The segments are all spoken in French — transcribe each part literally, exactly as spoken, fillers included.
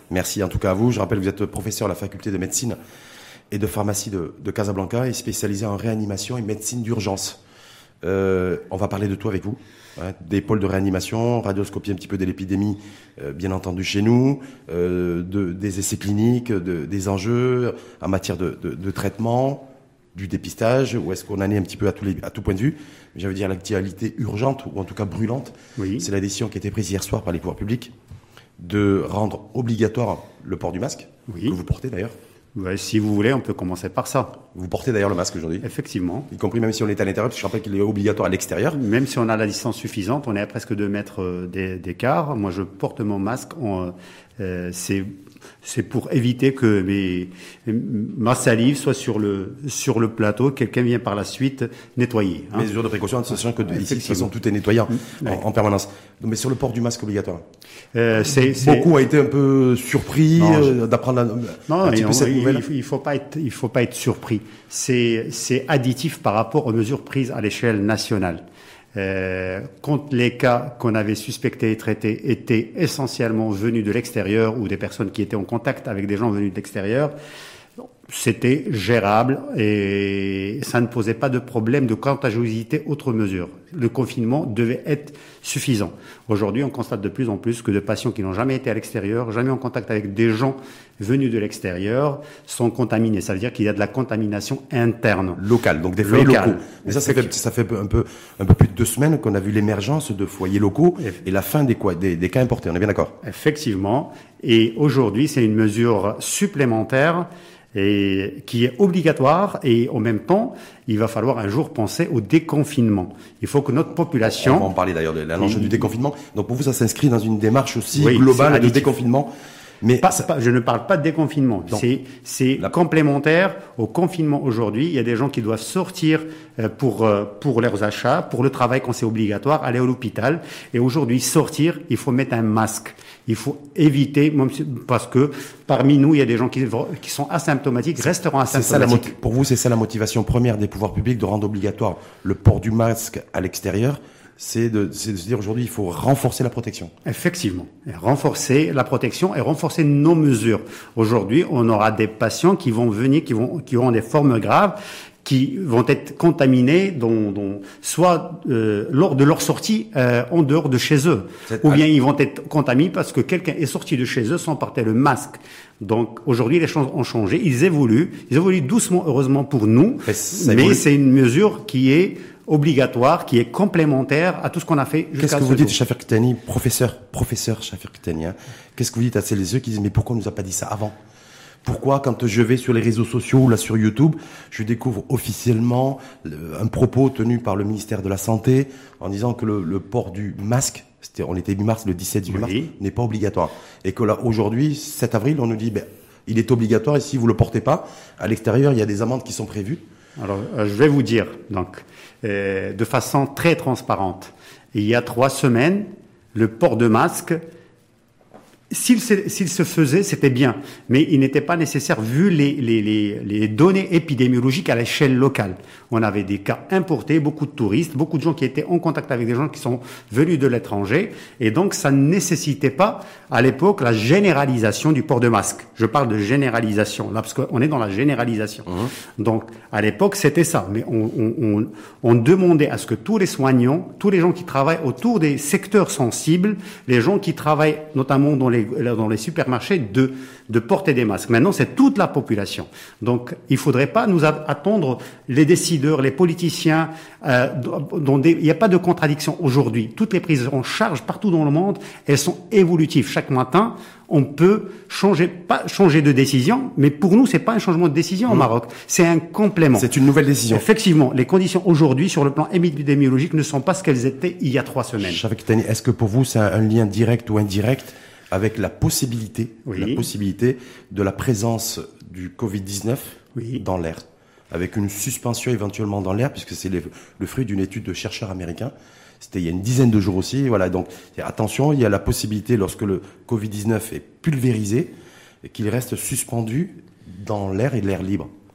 Merci en tout cas à vous. Je rappelle que vous êtes professeur à la faculté de médecine et de pharmacie de, de Casablanca et spécialisé en réanimation et médecine d'urgence. Euh, on va parler de tout avec vous, hein, des pôles de réanimation, radioscopie un petit peu de l'épidémie, euh, bien entendu chez nous, euh, de, des essais cliniques, de, des enjeux en matière de, de, de traitement, du dépistage, où est-ce qu'on en est un petit peu à, tous les, à tout point de vue. J'allais dire l'actualité urgente, ou en tout cas brûlante, oui. C'est la décision qui a été prise hier soir par les pouvoirs publics de rendre obligatoire le port du masque, oui. Que vous portez d'ailleurs. Ouais, si vous voulez, on peut commencer par ça. Vous portez d'ailleurs le masque aujourd'hui ? Effectivement. Y compris même si on est à l'intérieur, parce que je rappelle qu'il est obligatoire à l'extérieur. Même si on a la distance suffisante, on est à presque deux mètres d'écart. Moi, je porte mon masque. On, euh, c'est, c'est pour éviter que mes, ma salive soit sur le, sur le plateau, quelqu'un vient par la suite nettoyer. Hein. Mesures de précaution, sachant que ici, de toute façon, tout est nettoyé en, ouais. en, en permanence. Donc, mais sur le port du masque obligatoire. Euh, c'est, c'est... Beaucoup ont été un peu surpris non, je... d'apprendre un, non, un petit non, peu cette il, nouvelle. Il faut pas être, il faut pas être surpris. C'est, c'est additif par rapport aux mesures prises à l'échelle nationale. Euh, quand les cas qu'on avait suspectés et traités étaient essentiellement venus de l'extérieur ou des personnes qui étaient en contact avec des gens venus de l'extérieur, c'était gérable et ça ne posait pas de problème de contagiosité outre mesure. Le confinement devait être suffisant. Aujourd'hui, on constate de plus en plus que de patients qui n'ont jamais été à l'extérieur, jamais en contact avec des gens venus de l'extérieur, sont contaminés. Ça veut dire qu'il y a de la contamination interne. Locale, donc des foyers locaux. Mais ça, ça fait, ça fait un peu, un peu plus de deux semaines qu'on a vu l'émergence de foyers locaux et la fin des, quoi, des, des cas importés. On est bien d'accord ? Effectivement. Et aujourd'hui, c'est une mesure supplémentaire et qui est obligatoire et en même temps, il va falloir un jour penser au déconfinement. Il faut que notre population... On va en parler d'ailleurs de l'enjeu oui. du déconfinement. Donc pour vous, ça s'inscrit dans une démarche aussi oui, globale de déconfinement. Mais pas, ça... pas, je ne parle pas de déconfinement. Donc, c'est c'est la... complémentaire au confinement aujourd'hui. Il y a des gens qui doivent sortir pour pour leurs achats, pour le travail quand c'est obligatoire, aller à l'hôpital. Et aujourd'hui, sortir, il faut mettre un masque. Il faut éviter, parce que parmi nous, il y a des gens qui, qui sont asymptomatiques, resteront asymptomatiques. Ça, pour vous, c'est ça la motivation première des pouvoirs publics de rendre obligatoire le port du masque à l'extérieur. C'est de, c'est de se dire aujourd'hui, il faut renforcer la protection. Effectivement. Et renforcer la protection et renforcer nos mesures. Aujourd'hui, on aura des patients qui vont venir, qui vont, qui auront des formes graves, qui vont être contaminés, dont, dont, soit euh, lors de leur sortie euh, en dehors de chez eux, c'est ou bien à... ils vont être contaminés parce que quelqu'un est sorti de chez eux sans porter le masque. Donc aujourd'hui, les choses ont changé, ils évoluent, ils évoluent doucement, heureusement pour nous, mais, mais c'est une mesure qui est obligatoire, qui est complémentaire à tout ce qu'on a fait jusqu'à Qu'est-ce que ce vous jour. dites, Chafir Ktani, professeur, professeur Chafir Ktani, hein, qu'est-ce que vous dites à celles et ceux qui disent mais pourquoi on nous a pas dit ça avant ? Pourquoi, quand je vais sur les réseaux sociaux ou là sur YouTube, je découvre officiellement le, un propos tenu par le ministère de la Santé en disant que le, le port du masque, c'était, on était mi-mars, le dix-sept dix-huit mars, oui. n'est pas obligatoire. Et que là, aujourd'hui, sept avril, on nous dit, ben, il est obligatoire et si vous le portez pas, à l'extérieur, il y a des amendes qui sont prévues. Alors, euh, je vais vous dire, donc, euh, de façon très transparente, il y a trois semaines, le port de masque, S'il se, s'il se faisait, c'était bien, mais il n'était pas nécessaire vu les, les, les, les données épidémiologiques à l'échelle locale. On avait des cas importés, beaucoup de touristes, beaucoup de gens qui étaient en contact avec des gens qui sont venus de l'étranger, et donc ça ne nécessitait pas, à l'époque, la généralisation du port de masque. Je parle de généralisation, là, parce qu'on est dans la généralisation. Mmh. Donc, à l'époque, c'était ça, mais on, on, on, on demandait à ce que tous les soignants, tous les gens qui travaillent autour des secteurs sensibles, les gens qui travaillent notamment dans les dans les supermarchés de, de porter des masques. Maintenant, c'est toute la population. Donc, il faudrait pas nous attendre les décideurs, les politiciens, euh, dont des, il n'y a pas de contradiction aujourd'hui. Toutes les prises en charge partout dans le monde, elles sont évolutives. Chaque matin, on peut changer, pas changer de décision, mais pour nous, c'est pas un changement de décision mmh. au Maroc. C'est un complément. C'est une nouvelle décision. Effectivement, les conditions aujourd'hui, sur le plan épidémiologique, ne sont pas ce qu'elles étaient il y a trois semaines. Chafir Ktani, est-ce que pour vous, c'est un lien direct ou indirect avec la possibilité, oui. la possibilité de la présence du covid dix-neuf oui. dans l'air, avec une suspension éventuellement dans l'air, puisque c'est les, le fruit d'une étude de chercheurs américains. C'était il y a une dizaine de jours aussi. Voilà, donc attention, il y a la possibilité, lorsque le covid dix-neuf est pulvérisé, qu'il reste suspendu dans l'air et l'air libre.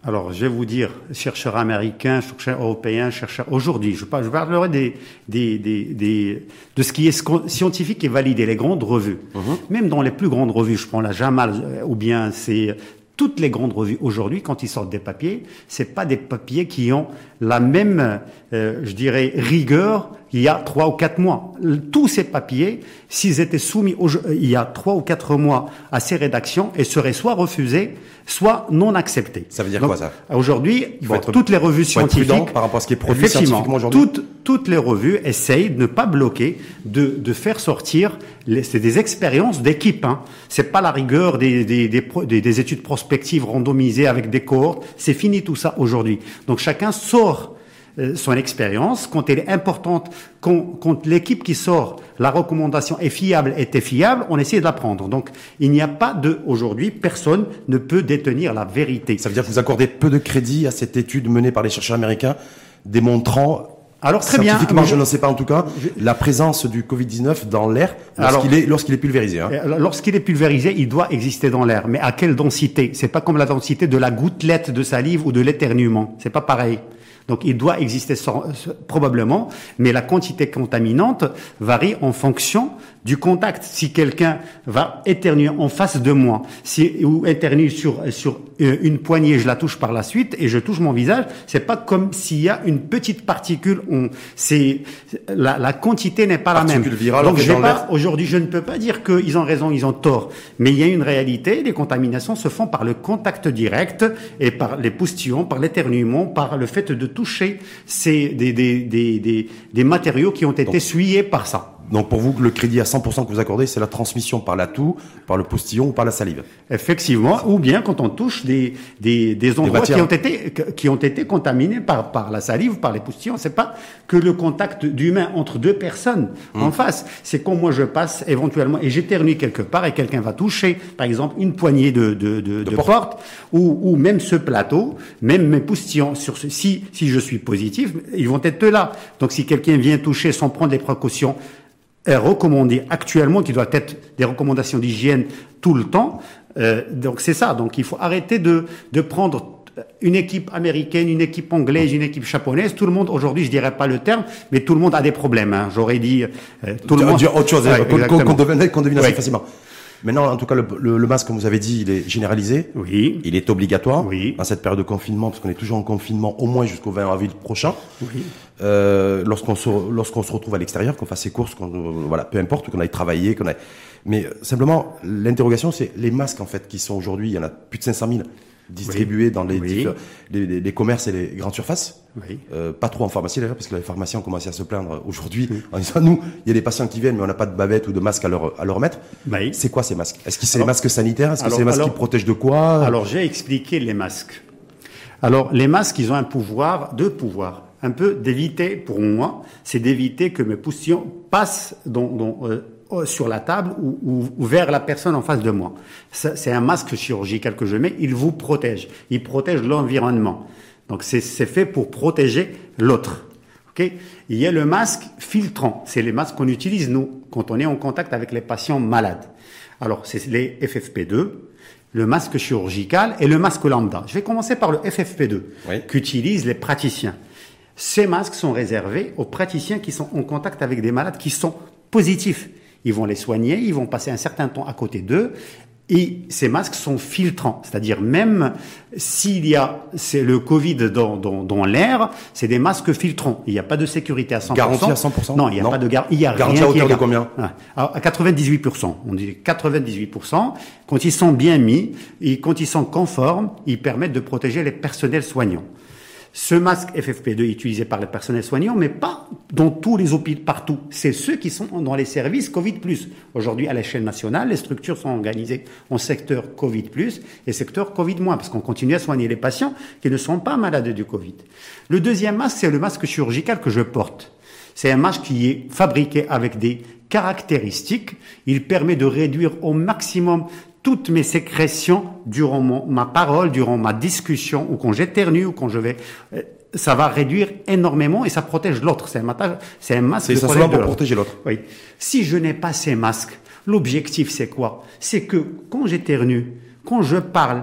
Alors, je vais vous dire, chercheurs américains, chercheurs européens, chercheurs... Aujourd'hui, je, parle, je parlerai des, des, des, des, de ce qui est scientifique et validé, les grandes revues. Mm-hmm. Même dans les plus grandes revues, je prends la J A M A L, ou bien c'est... Toutes les grandes revues aujourd'hui, quand ils sortent des papiers, c'est pas des papiers qui ont la même, euh, je dirais, rigueur il y a trois ou quatre mois. Tous ces papiers, s'ils étaient soumis au, il y a trois ou quatre mois à ces rédactions, et seraient soit refusés, soit non acceptés. Ça veut dire Donc, quoi ça? Aujourd'hui, bon, être, toutes les revues scientifiques, par rapport à ce qui est produit scientifiquement aujourd'hui. Toutes, toutes les revues essayent de ne pas bloquer, de, de faire sortir. Les, c'est des expériences d'équipe. Hein. C'est pas la rigueur des, des, des, des, des études prospectives randomisées avec des cohortes. C'est fini tout ça aujourd'hui. Donc chacun sort euh, son expérience quand elle est importante, quand, quand l'équipe qui sort la recommandation est fiable, était fiable, on essaie de la prendre. Donc il n'y a pas de aujourd'hui, personne ne peut détenir la vérité. Ça veut dire que vous accordez peu de crédit à cette étude menée par les chercheurs américains, démontrant Alors très bien. Scientifiquement, je, je ne sais pas en tout cas, je, la présence du Covid dix-neuf dans l'air lorsqu'il est, lorsqu'il est pulvérisé. Hein. Lorsqu'il est pulvérisé, il doit exister dans l'air. Mais à quelle densité? C'est pas comme la densité de la gouttelette de salive ou de l'éternuement. C'est pas pareil. Donc il doit exister sans, probablement, mais la quantité contaminante varie en fonction du contact. Si quelqu'un va éternuer en face de moi, si, ou éternue sur, sur une poignée, je la touche par la suite et je touche mon visage, c'est pas comme s'il y a une petite particule. On, c'est, la, la quantité n'est pas particule la même. Virale, donc je vais pas, aujourd'hui, je ne peux pas dire qu'ils ont raison, ils ont tort. Mais il y a une réalité, les contaminations se font par le contact direct et par les postillons, par l'éternuement, par le fait de toucher c'est des, des, des, des, des matériaux qui ont été donc, souillés par ça. Donc pour vous, le crédit à cent pour cent que vous accordez, c'est la transmission par la toux, par le postillon ou par la salive. Effectivement, ou bien quand on touche des, des, des endroits des qui ont été, qui ont été contaminés par, par la salive, par les postillons. C'est pas que le contact d'humain entre deux personnes mmh. en face. C'est quand moi je passe éventuellement et j'éternue quelque part et quelqu'un va toucher, par exemple, une poignée de, de, de, de, de porte, porte ou, ou même ce plateau, même mes postillons sur ce, si, si je suis positif, ils vont être là. Donc si quelqu'un vient toucher sans prendre les précautions, est recommandé actuellement, qui doit être des recommandations d'hygiène tout le temps. Euh, donc c'est ça. Donc il faut arrêter de, de prendre une équipe américaine, une équipe anglaise, une équipe japonaise. Tout le monde aujourd'hui, je dirais pas le terme, mais tout le monde a des problèmes. Hein. J'aurais dit euh, tout le monde. Dire autre chose, ouais, qu'on, qu'on devine, qu'on devine assez oui. facilement. Maintenant, en tout cas, le, le, le masque, comme vous avez dit, il est généralisé. Oui. Il est obligatoire. Oui. Dans cette période de confinement, parce qu'on est toujours en confinement au moins jusqu'au vingt avril prochain. Oui. Euh, lorsqu'on se, lorsqu'on se retrouve à l'extérieur, qu'on fasse ses courses, qu'on, voilà, peu importe, qu'on aille travailler, qu'on aille. Mais simplement, l'interrogation, c'est les masques, en fait, qui sont aujourd'hui, il y en a plus de cinq cent mille distribués oui. dans les, oui. les, les, les commerces et les grandes surfaces. Oui. Euh, pas trop en pharmacie d'ailleurs, parce que les pharmaciens ont commencé à se plaindre aujourd'hui oui. en disant nous, il y a des patients qui viennent, mais on n'a pas de bavette ou de masque à leur à leur mettre. Oui. C'est quoi ces masques? Est-ce que c'est alors, des masques sanitaires? Est-ce que alors, c'est des masques alors, qui protègent de quoi? Alors j'ai expliqué les masques. Alors les masques, ils ont un pouvoir, deux pouvoirs. Un peu d'éviter, pour moi, c'est d'éviter que mes postillons passent dans, dans euh, sur la table ou, ou, ou vers la personne en face de moi. Ça, c'est un masque chirurgical que je mets, il vous protège. Il protège l'environnement. Donc c'est, c'est fait pour protéger l'autre. Okay? Il y a le masque filtrant. C'est les masques qu'on utilise, nous, quand on est en contact avec les patients malades. Alors, c'est les F F P deux, le masque chirurgical et le masque lambda. Je vais commencer par le F F P deux, oui. qu'utilisent les praticiens. Ces masques sont réservés aux praticiens qui sont en contact avec des malades qui sont positifs. Ils vont les soigner, ils vont passer un certain temps à côté d'eux. Et ces masques sont filtrants, c'est-à-dire même s'il y a c'est le Covid dans, dans, dans l'air, c'est des masques filtrants. Il n'y a pas de sécurité à cent pour cent. Garantie à cent pour cent? Non, il n'y a non. pas de garantie. Il y a garantie rien à hauteur qui est de combien? À quatre-vingt-dix-huit pour cent. On dit quatre-vingt-dix-huit pour cent. Quand ils sont bien mis et quand ils sont conformes, ils permettent de protéger les personnels soignants. Ce masque F F P deux est utilisé par les personnels soignants, mais pas dans tous les hôpitaux, partout. C'est ceux qui sont dans les services Covid plus. Aujourd'hui, à l'échelle nationale, les structures sont organisées en secteur Covid plus et secteur Covid moins, parce qu'on continue à soigner les patients qui ne sont pas malades du Covid. Le deuxième masque, c'est le masque chirurgical que je porte. C'est un masque qui est fabriqué avec des caractéristiques. Il permet de réduire au maximum toutes mes sécrétions durant mon, ma parole, durant ma discussion, ou quand j'éternue, ou quand je vais, euh, ça va réduire énormément et ça protège l'autre. C'est un, mata- c'est un masque c'est de ça protéger pour l'autre. protéger l'autre. Oui. Si je n'ai pas ces masques, l'objectif c'est quoi? C'est que quand j'éternue, quand je parle,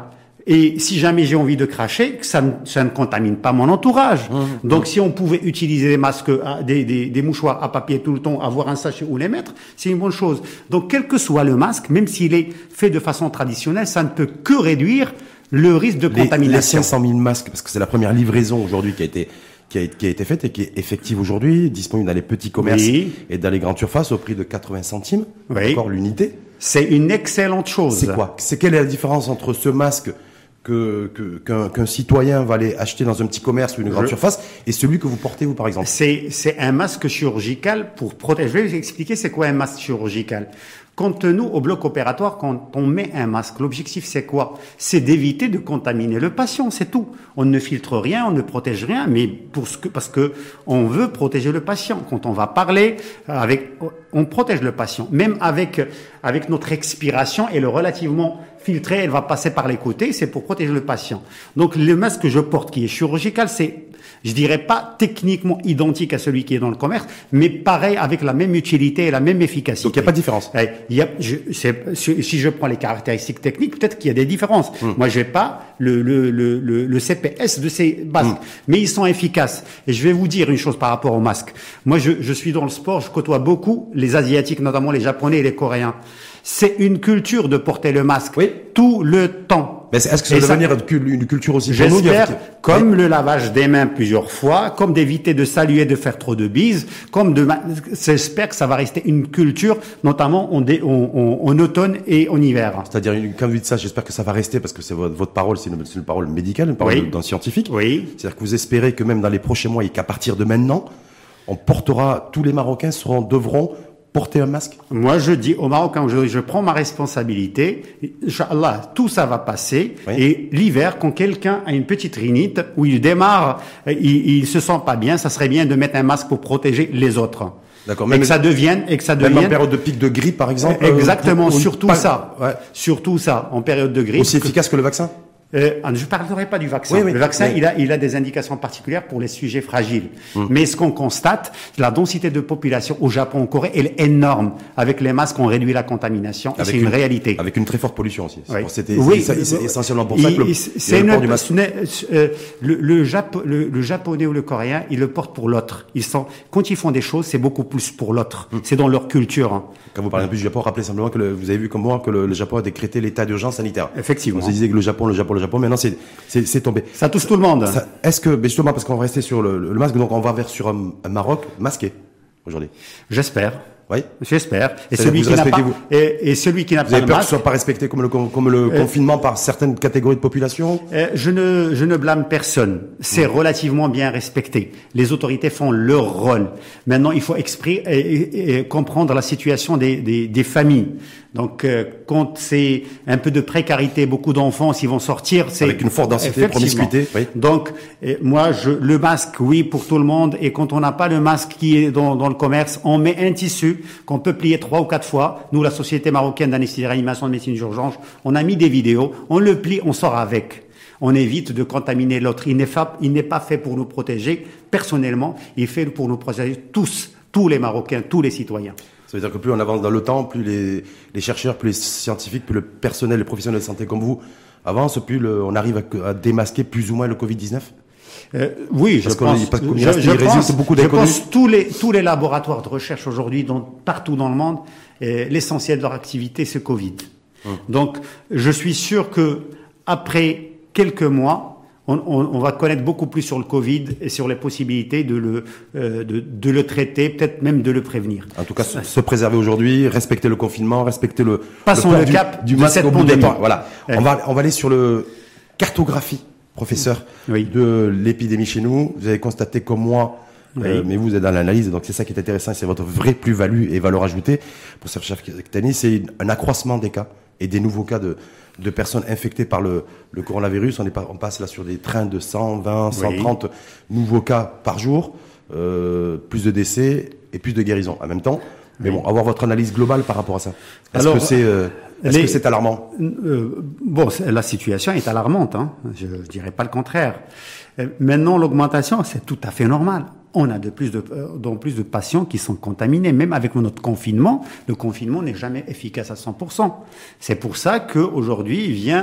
Et si jamais j'ai envie de cracher, ça ne, ça ne contamine pas mon entourage. Mmh. Donc, mmh. si on pouvait utiliser des masques, des, des, des mouchoirs à papier tout le temps, avoir un sachet où les mettre, c'est une bonne chose. Donc, quel que soit le masque, même s'il est fait de façon traditionnelle, ça ne peut que réduire le risque de les, contamination. Les cinq cent mille masques, parce que c'est la première livraison aujourd'hui qui a été qui a, qui a été faite et qui est effective aujourd'hui, disponible dans les petits commerces oui. et dans les grandes surfaces au prix de quatre-vingts centimes, oui. encore l'unité. C'est une excellente chose. C'est quoi? C'est quelle est la différence entre ce masque que, que qu'un, qu'un citoyen va aller acheter dans un petit commerce ou une grande Je... surface et celui que vous portez vous par exemple? C'est c'est un masque chirurgical pour protéger. Je vais vous expliquer c'est quoi un masque chirurgical. Quand nous, au bloc opératoire, quand on met un masque, l'objectif c'est quoi? C'est d'éviter de contaminer le patient, c'est tout. On ne filtre rien, on ne protège rien, mais pour ce que, parce que on veut protéger le patient. Quand on va parler avec, on protège le patient. Même avec, avec notre expiration, elle est relativement filtrée, elle va passer par les côtés, c'est pour protéger le patient. Donc le masque que je porte qui est chirurgical, c'est, je dirais pas techniquement identique à celui qui est dans le commerce, mais pareil avec la même utilité et la même efficacité. Donc il n'y a pas de différence. Il y a, je, c'est, si je prends les caractéristiques techniques, peut-être qu'il y a des différences. Mmh. Moi, j'ai pas le, le, le, le, le C P S de ces masques, mmh. mais ils sont efficaces. Et je vais vous dire une chose par rapport aux masques. Moi, je, je suis dans le sport, je côtoie beaucoup les Asiatiques, notamment les Japonais et les Coréens. C'est une culture de porter le masque oui. tout le temps. Mais est-ce que ça va devenir une culture aussi pour nous? J'espère, comme oui. le lavage des mains plusieurs fois, comme d'éviter de saluer, de faire trop de bises, comme de, j'espère que ça va rester une culture, notamment en, dé, en, en, en automne et en hiver. C'est-à-dire, quand vous dites ça, j'espère que ça va rester parce que c'est votre, votre parole, c'est une, c'est une parole médicale, une parole oui. d'un scientifique. Oui. C'est-à-dire que vous espérez que même dans les prochains mois et qu'à partir de maintenant, on portera, tous les Marocains seront, devront porter un masque? Moi, je dis aux Marocains aujourd'hui, je prends ma responsabilité. Inch'Allah, tout ça va passer. Oui. Et l'hiver, quand quelqu'un a une petite rhinite, où il démarre, il, il se sent pas bien, ça serait bien de mettre un masque pour protéger les autres. D'accord. Et que ça devienne, et que ça devienne. Même en période de pic de grippe, par exemple. Exactement, euh, surtout pas... ça. Ouais. Surtout ça, en période de grippe. Aussi efficace que le vaccin? Euh, je ne parlerai pas du vaccin. Oui, oui, le vaccin, oui. il a, il a des indications particulières pour les sujets fragiles. Mmh. Mais ce qu'on constate, la densité de population au Japon, en Corée, elle est énorme. Avec les masques, on réduit la contamination. Et c'est une, une réalité. Avec une très forte pollution aussi. Oui. C'était oui. c'est, c'est essentiellement pour ça que le, c'est une, du masque. Euh, le, le, Japo, le, le japonais ou le coréen, ils le portent pour l'autre. Ils sont, quand ils font des choses, c'est beaucoup plus pour l'autre. Mmh. C'est dans leur culture. Hein. Quand vous parlez un peu du Japon, rappelez simplement que le, vous avez vu comme moi que le, le Japon a décrété l'état d'urgence sanitaire. Effectivement. On se disait que le Japon, le Japon, le Japon. Maintenant, c'est C'est, c'est tombé. Ça touche tout le monde. Ça, est-ce que, mais justement, parce qu'on va rester sur le, le masque, donc on va vers sur un, un Maroc masqué aujourd'hui. J'espère. Oui. J'espère. Et celui, qui n'a pas, et, et celui qui n'a vous pas avez le peur masque. que ce soit pas respecté comme le, comme le euh, confinement par certaines catégories de population? euh, Je ne, je ne blâme personne. C'est mmh. relativement bien respecté. Les autorités font leur rôle. Maintenant, il faut exprimer et, et, et comprendre la situation des, des, des familles. Donc, euh, quand c'est un peu de précarité, beaucoup d'enfants, s'ils vont sortir, c'est avec une forte densité de promiscuité. Oui. Donc, euh, moi, je, le masque, oui, pour tout le monde. Et quand on n'a pas le masque qui est dans, dans le commerce, on met un tissu qu'on peut plier trois ou quatre fois. Nous, la Société marocaine d'anesthésie et réanimation de médecine d'urgence, on a mis des vidéos, on le plie, on sort avec. On évite de contaminer l'autre. Il n'est pas, il n'est pas fait pour nous protéger personnellement, il est fait pour nous protéger tous, tous les Marocains, tous les citoyens. Ça veut dire que plus on avance dans le temps, plus les, les chercheurs, plus les scientifiques, plus le personnel, les professionnels de santé comme vous avancent, plus le, on arrive à, à démasquer plus ou moins le covid dix-neuf? Euh, oui, parce je pense. Parce qu'il je, reste, je il pense, résiste beaucoup je d'inconnus. pense tous les tous les laboratoires de recherche aujourd'hui, dans, partout dans le monde, euh, l'essentiel de leur activité, c'est Covid. Hum. Donc, je suis sûr que après quelques mois, on, on, on va connaître beaucoup plus sur le Covid et sur les possibilités de le euh, de, de le traiter, peut-être même de le prévenir. En tout cas, se, se préserver aujourd'hui, respecter le confinement, respecter le. Passons le, le cap du, du de masque cette au bout pandémie. des temps. Voilà. Ouais. On va on va aller sur le cartographie. Professeur oui. de l'épidémie chez nous, vous avez constaté comme moi, oui. euh, mais vous êtes dans l'analyse, donc c'est ça qui est intéressant, c'est votre vraie plus-value et valeur ajoutée. Pour ce chef Kettani, c'est un accroissement des cas et des nouveaux cas de, de personnes infectées par le, le coronavirus. On, est pas, on passe là sur des trains de cent vingt, cent trente oui. nouveaux cas par jour, euh, plus de décès et plus de guérisons en même temps. Mais bon, avoir votre analyse globale par rapport à ça. Est-ce Alors, que c'est euh, est-ce les, que c'est alarmant? euh, Bon, la situation est alarmante. Hein. Je ne dirais pas le contraire. Euh, maintenant, l'augmentation, c'est tout à fait normal. On a de plus de, euh, de plus de patients qui sont contaminés. Même avec notre confinement, le confinement n'est jamais efficace à cent pour cent. C'est pour ça qu'aujourd'hui, il vient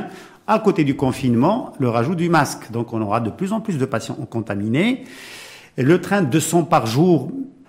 À côté du confinement, le rajout du masque. Donc, on aura de plus en plus de patients contaminés. Et le train de deux cents par jour,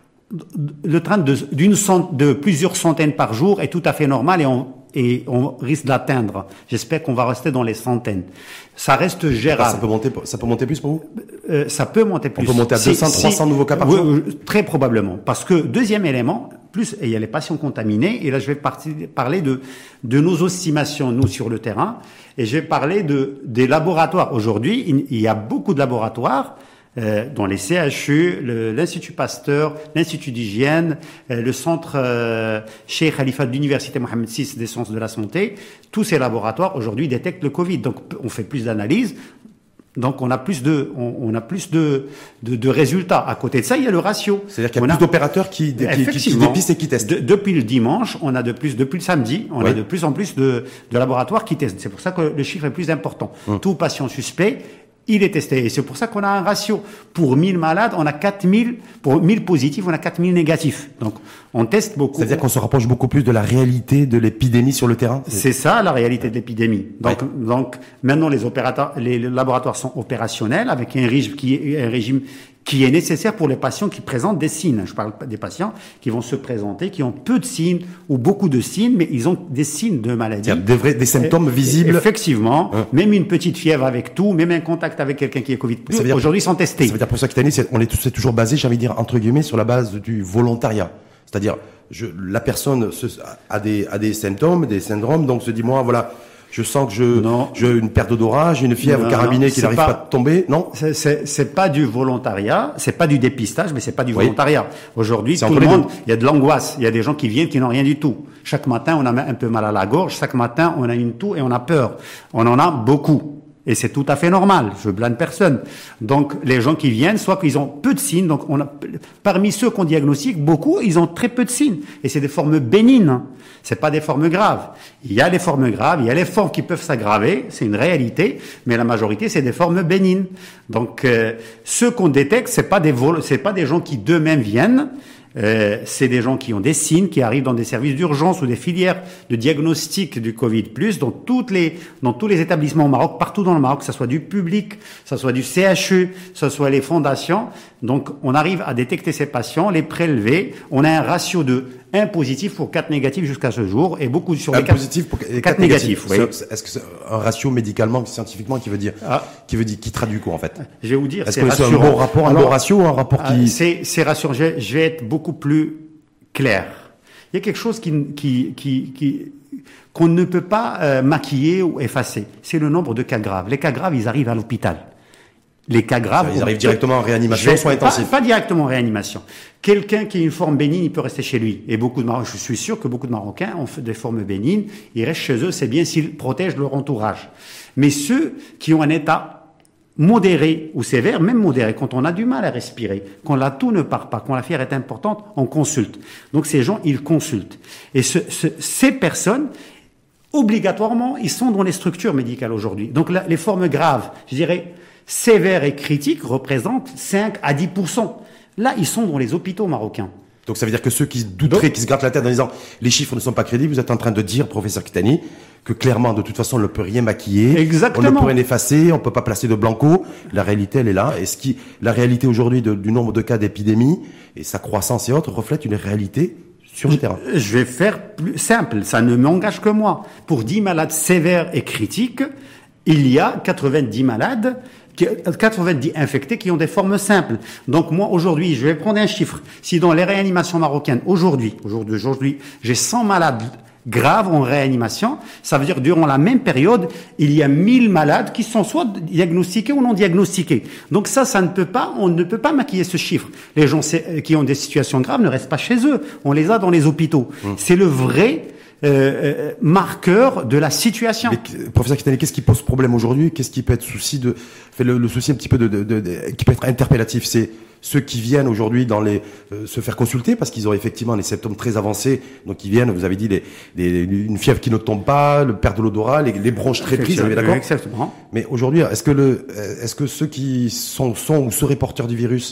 le train de, d'une cent, de plusieurs centaines par jour est tout à fait normal et on, et on risque d'atteindre. J'espère qu'on va rester dans les centaines. Ça reste gérable. Ça peut monter, ça peut monter plus pour vous? Euh, ça peut monter plus. On peut monter à deux cents, trois cents nouveaux cas par jour? Oui, très probablement. Parce que, deuxième élément, plus, il y a les patients contaminés, et là, je vais partir, parler de, de nos estimations, nous, sur le terrain, et je vais parler de, des laboratoires. Aujourd'hui, il, il y a beaucoup de laboratoires, Euh, dans les C H U, le, l'Institut Pasteur, l'Institut d'hygiène, euh, le centre euh, Cheikh Khalifa de l'Université Mohammed six des sciences de la santé, tous ces laboratoires aujourd'hui détectent le Covid. Donc on fait plus d'analyses, donc on a plus de, on, on a plus de, de, de résultats. À côté de ça, il y a le ratio. C'est-à-dire qu'il y a on plus a, d'opérateurs qui, qui, qui, qui dépistent et qui testent. De, depuis le dimanche, on a de plus, depuis le samedi, on oui. a de plus en plus de, de laboratoires qui testent. C'est pour ça que le chiffre est plus important. Hum. Tout patient suspect, il est testé. Et c'est pour ça qu'on a un ratio. Pour mille malades, on a quatre mille, pour mille positifs, on a quatre mille négatifs. Donc, on teste beaucoup. C'est-à-dire qu'on se rapproche beaucoup plus de la réalité de l'épidémie sur le terrain? C'est ça, la réalité de l'épidémie. Donc, ouais. donc, maintenant, les opérateurs, les, les laboratoires sont opérationnels avec un régime qui est, un régime qui est nécessaire pour les patients qui présentent des signes. Je parle des patients qui vont se présenter, qui ont peu de signes ou beaucoup de signes, mais ils ont des signes de maladie. Des, vrais, des symptômes et, visibles. Effectivement. Hein. Même une petite fièvre avec tout, même un contact avec quelqu'un qui est Covid. Aujourd'hui, ils sont testés. Ça veut dire pour ça que c'est, on est tous, c'est toujours basé, j'ai envie de dire, entre guillemets, sur la base du volontariat. C'est-à-dire, je, la personne se, a des, a des symptômes, des syndromes, donc se dit, moi, voilà, je sens que je, j'ai une perte d'odorat, j'ai une fièvre non, carabinée non, qui n'arrive pas, pas à tomber, non? C'est, c'est, c'est pas du volontariat, c'est pas du dépistage, mais c'est pas du oui. volontariat. Aujourd'hui, c'est tout le monde, il y a de l'angoisse, il y a des gens qui viennent qui n'ont rien du tout. Chaque matin, on a un peu mal à la gorge, chaque matin, on a une toux et on a peur. On en a beaucoup. Et c'est tout à fait normal. Je blâme personne. Donc, les gens qui viennent, soit qu'ils ont peu de signes. Donc, on a, parmi ceux qu'on diagnostique, beaucoup, ils ont très peu de signes. Et c'est des formes bénignes. C'est pas des formes graves. Il y a les formes graves, il y a les formes qui peuvent s'aggraver. C'est une réalité. Mais la majorité, c'est des formes bénignes. Donc, euh, ceux qu'on détecte, c'est pas des vols, c'est pas des gens qui d'eux-mêmes viennent. Euh, c'est des gens qui ont des signes, qui arrivent dans des services d'urgence ou des filières de diagnostic du Covid plus, dans toutes les, dans tous les établissements au Maroc, partout dans le Maroc, que ce soit du public, que ce soit du C H U, que ce soit les fondations. Donc, on arrive à détecter ces patients, les prélever. On a un ratio de un positif pour quatre négatifs jusqu'à ce jour, et beaucoup sur un les quatre, positif pour quatre, quatre négatifs. négatifs. Oui. Est-ce que c'est un ratio médicalement, scientifiquement, qui veut dire, ah. qui veut dire, qui traduit quoi en fait? Je vais vous dire. Est-ce c'est que c'est un bon rapport, un Alors, bon ratio, ou un rapport qui euh, c'est, c'est rassurant. Je, je vais être beaucoup plus clair. Il y a quelque chose qui, qui, qui, qui qu'on ne peut pas euh, maquiller ou effacer. C'est le nombre de cas graves. Les cas graves, ils arrivent à l'hôpital. Les cas graves, ils arrivent directement en réanimation, soins intensifs. Pas, pas directement en réanimation. Quelqu'un qui a une forme bénigne, il peut rester chez lui. Et beaucoup de Marocains, je suis sûr que beaucoup de Marocains ont fait des formes bénignes. Ils restent chez eux, c'est bien s'ils protègent leur entourage. Mais ceux qui ont un état modéré ou sévère, même modéré, quand on a du mal à respirer, quand la toux ne part pas, quand la fièvre est importante, on consulte. Donc ces gens, ils consultent. Et ce, ce, ces personnes, obligatoirement, ils sont dans les structures médicales aujourd'hui. Donc la, les formes graves, je dirais, sévères et critiques représentent cinq à dix pour cent. Là, ils sont dans les hôpitaux marocains. Donc ça veut dire que ceux qui douteraient, Donc, qui se grattent la tête en disant les chiffres ne sont pas crédibles, vous êtes en train de dire, professeur Kitani, que clairement, de toute façon, on ne peut rien maquiller. Exactement. On ne peut rien effacer, on ne peut pas placer de blanco. La réalité, elle est là. Et ce qui, la réalité aujourd'hui de, du nombre de cas d'épidémie et sa croissance et autres reflète une réalité sur le terrain. Je vais faire plus simple. Ça ne m'engage que moi. Pour dix malades sévères et critiques, il y a quatre-vingt-dix malades, quatre-vingt-dix infectés qui ont des formes simples. Donc moi, aujourd'hui, je vais prendre un chiffre. Si dans les réanimations marocaines, aujourd'hui, aujourd'hui, aujourd'hui, j'ai cent malades graves en réanimation, ça veut dire durant la même période, il y a mille malades qui sont soit diagnostiqués ou non diagnostiqués. Donc ça, ça ne peut pas, on ne peut pas maquiller ce chiffre. Les gens qui ont des situations graves ne restent pas chez eux. On les a dans les hôpitaux. Mmh. C'est le vrai Euh, euh, marqueur de la situation. Mais, professeur Kitani, qu'est-ce qui pose problème aujourd'hui? Qu'est-ce qui peut être souci de, fait le, le souci un petit peu de, de, de, de, qui peut être interpellatif? C'est ceux qui viennent aujourd'hui dans les, euh, se faire consulter parce qu'ils ont effectivement des symptômes très avancés. Donc ils viennent, vous avez dit, les, les, une fièvre qui ne tombe pas, le perte de l'odorat, les, les bronches très prises, vous êtes d'accord? Exactement. Mais aujourd'hui, est-ce que le, est-ce que ceux qui sont, sont ou seraient porteurs du virus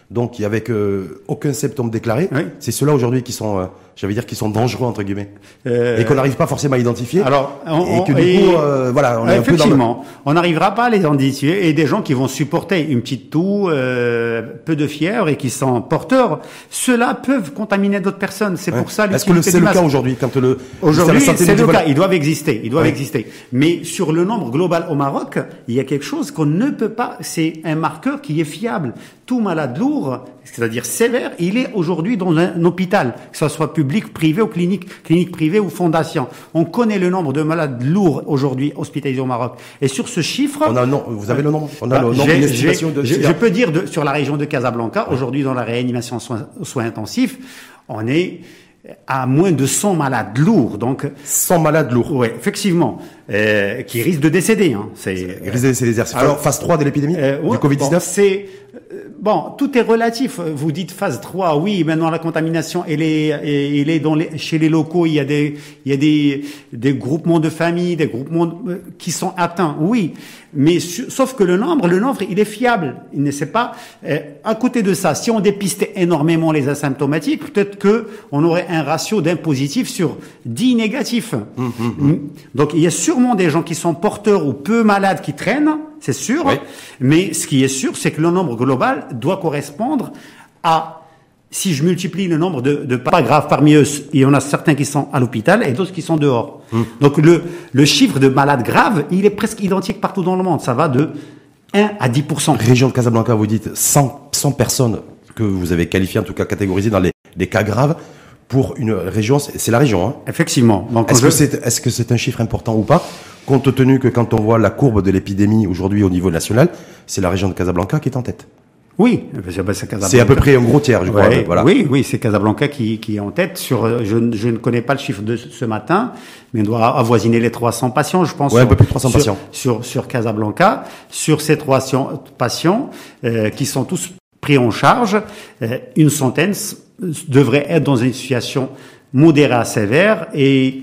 donc avec euh, aucun symptôme déclaré. Oui. C'est ceux-là aujourd'hui qui sont, euh, j'allais dire, qui sont dangereux entre guillemets, Euh, et qu'on n'arrive pas forcément à identifier. Alors, on, et que du et- coup, euh, voilà, on est un peu dans le... effectivement, on n'arrivera pas à les identifier, et des gens qui vont supporter une petite toux, euh, peu de fièvre et qui sont porteurs, ceux-là peuvent contaminer d'autres personnes. C'est Ouais. pour ça Est-ce que le- l'utilité c'est du le masque. cas aujourd'hui quand le Aujourd'hui, ministère de la Santé c'est nous dit, le voilà, cas. Ils doivent exister. Ils doivent Ouais. exister. Mais sur le nombre global au Maroc, il y a quelque chose qu'on ne peut pas. C'est un marqueur qui est fiable. Tout malade lourd, c'est-à-dire sévère, il est aujourd'hui dans un hôpital, que ce soit public, privé ou clinique, clinique privée ou fondation. On connaît le nombre de malades lourds aujourd'hui hospitalisés au Maroc. Et sur ce chiffre, On a un nom, vous avez le nombre On a bah, le nombre j'ai- d'une j'ai- estimation de... je, je peux dire de, sur la région de Casablanca, aujourd'hui dans la réanimation soins, soins intensifs, on est à moins de cent malades lourds. Donc, cent malades lourds. ouais, effectivement, euh, qui risquent de décéder. Hein. C'est, Grisé, c'est les exercices. Alors, phase trois de l'épidémie euh, ouais, du Covid dix-neuf. bon, c'est euh, bon, tout est relatif. Vous dites phase trois, oui, maintenant la contamination, elle est, elle est dans les, chez les locaux, il y a des, il y a des, des groupements de familles, des groupements euh, qui sont atteints, oui. Mais su- sauf que le nombre, le nombre, il est fiable. Il ne sait pas. Euh, à côté de ça, si on dépistait énormément les asymptomatiques, peut-être que on aurait un ratio d'un positif sur dix négatifs. Mm. Donc il y a sûrement des gens qui sont porteurs ou peu malades qui traînent, c'est sûr. Oui. Mais ce qui est sûr, c'est que le nombre global doit correspondre à, si je multiplie le nombre de, de pas graves parmi eux, il y en a certains qui sont à l'hôpital et d'autres qui sont dehors. Hum. Donc le, le chiffre de malades graves, il est presque identique partout dans le monde. Ça va de un à dix pour cent. Région de Casablanca, vous dites cent, cent personnes que vous avez qualifiées, en tout cas catégorisées dans les, les cas graves. Pour une région, c'est c'est la région. Hein. Effectivement. Donc, Est-ce je- que c'est est-ce que c'est un chiffre important ou pas, compte tenu que quand on voit la courbe de l'épidémie aujourd'hui au niveau national, c'est la région de Casablanca qui est en tête. Oui, c'est ben, c'est Casablanca. C'est à peu près un gros tiers, je crois. Ouais, Voilà. Oui, oui, c'est Casablanca qui, qui est en tête. Sur, euh, je, ne- je ne connais pas le chiffre de ce matin, mais on doit avoisiner les trois cents patients, je pense. Ouais, un sur- peu plus de trois cents sur- patients. Sur, sur Casablanca. Sur ces trois cents patients, euh, qui sont tous pris en charge, euh, une centaine s- devraient être dans une situation modérée à sévère et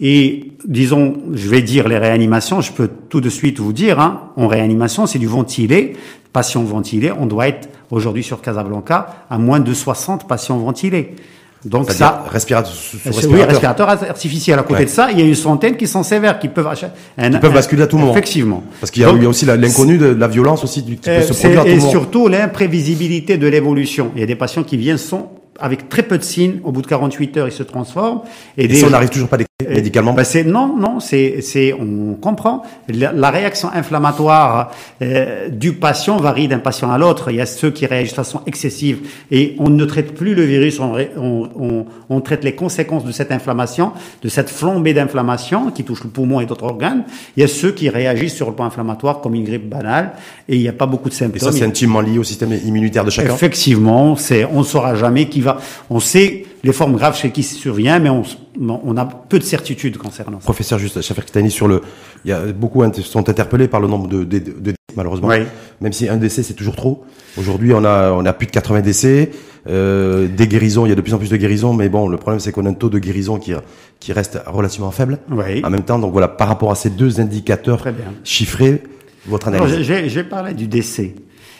et disons, je vais dire les réanimations, je peux tout de suite vous dire, hein, en réanimation, c'est du ventilé, patients ventilés, on doit être aujourd'hui sur Casablanca à moins de soixante patients ventilés. Donc C'est-à-dire ça, respirateur, sous c'est- oui, respirateur. respirateur artificiel. À côté Ouais. de ça, il y a une centaine qui sont sévères, qui peuvent, ach- un- Qui peuvent un- basculer à tout moment. Effectivement. Parce qu'il y a, Donc, il y a aussi la- l'inconnu de la violence aussi du- qui euh, peut se c'est- produire à tout et moment. surtout l'imprévisibilité de l'évolution. Il y a des patients qui viennent sans, avec très peu de signes, au bout de quarante-huit heures, ils se transforment. Et, Et des ça, on n'arrive toujours pas à décrire médicalement. bah c'est non, non, c'est, c'est, on comprend. La, la réaction inflammatoire euh, du patient varie d'un patient à l'autre. Il y a ceux qui réagissent de façon excessive et on ne traite plus le virus, on, ré- on, on, on traite les conséquences de cette inflammation, de cette flambée d'inflammation qui touche le poumon et d'autres organes. Il y a ceux qui réagissent sur le plan inflammatoire comme une grippe banale et il n'y a pas beaucoup de symptômes. Et ça, c'est intimement lié au système immunitaire de chacun. Effectivement, c'est, on ne saura jamais qui va. On sait les formes graves chez qui survient, mais on, on a peu de certitude concernant ça. Professeur juste Chafer-Kitani, sur le, il y a beaucoup int- sont interpellés par le nombre de, de, de, de malheureusement. Oui. Même si un décès c'est toujours trop. Aujourd'hui, on a on a plus de quatre-vingts décès, euh, des guérisons. Il y a de plus en plus de guérisons, mais bon, le problème c'est qu'on a un taux de guérison qui qui reste relativement faible. Oui. En même temps, donc voilà, par rapport à ces deux indicateurs Très bien. chiffrés, votre Alors, analyse. j'ai, j'ai parlé du décès.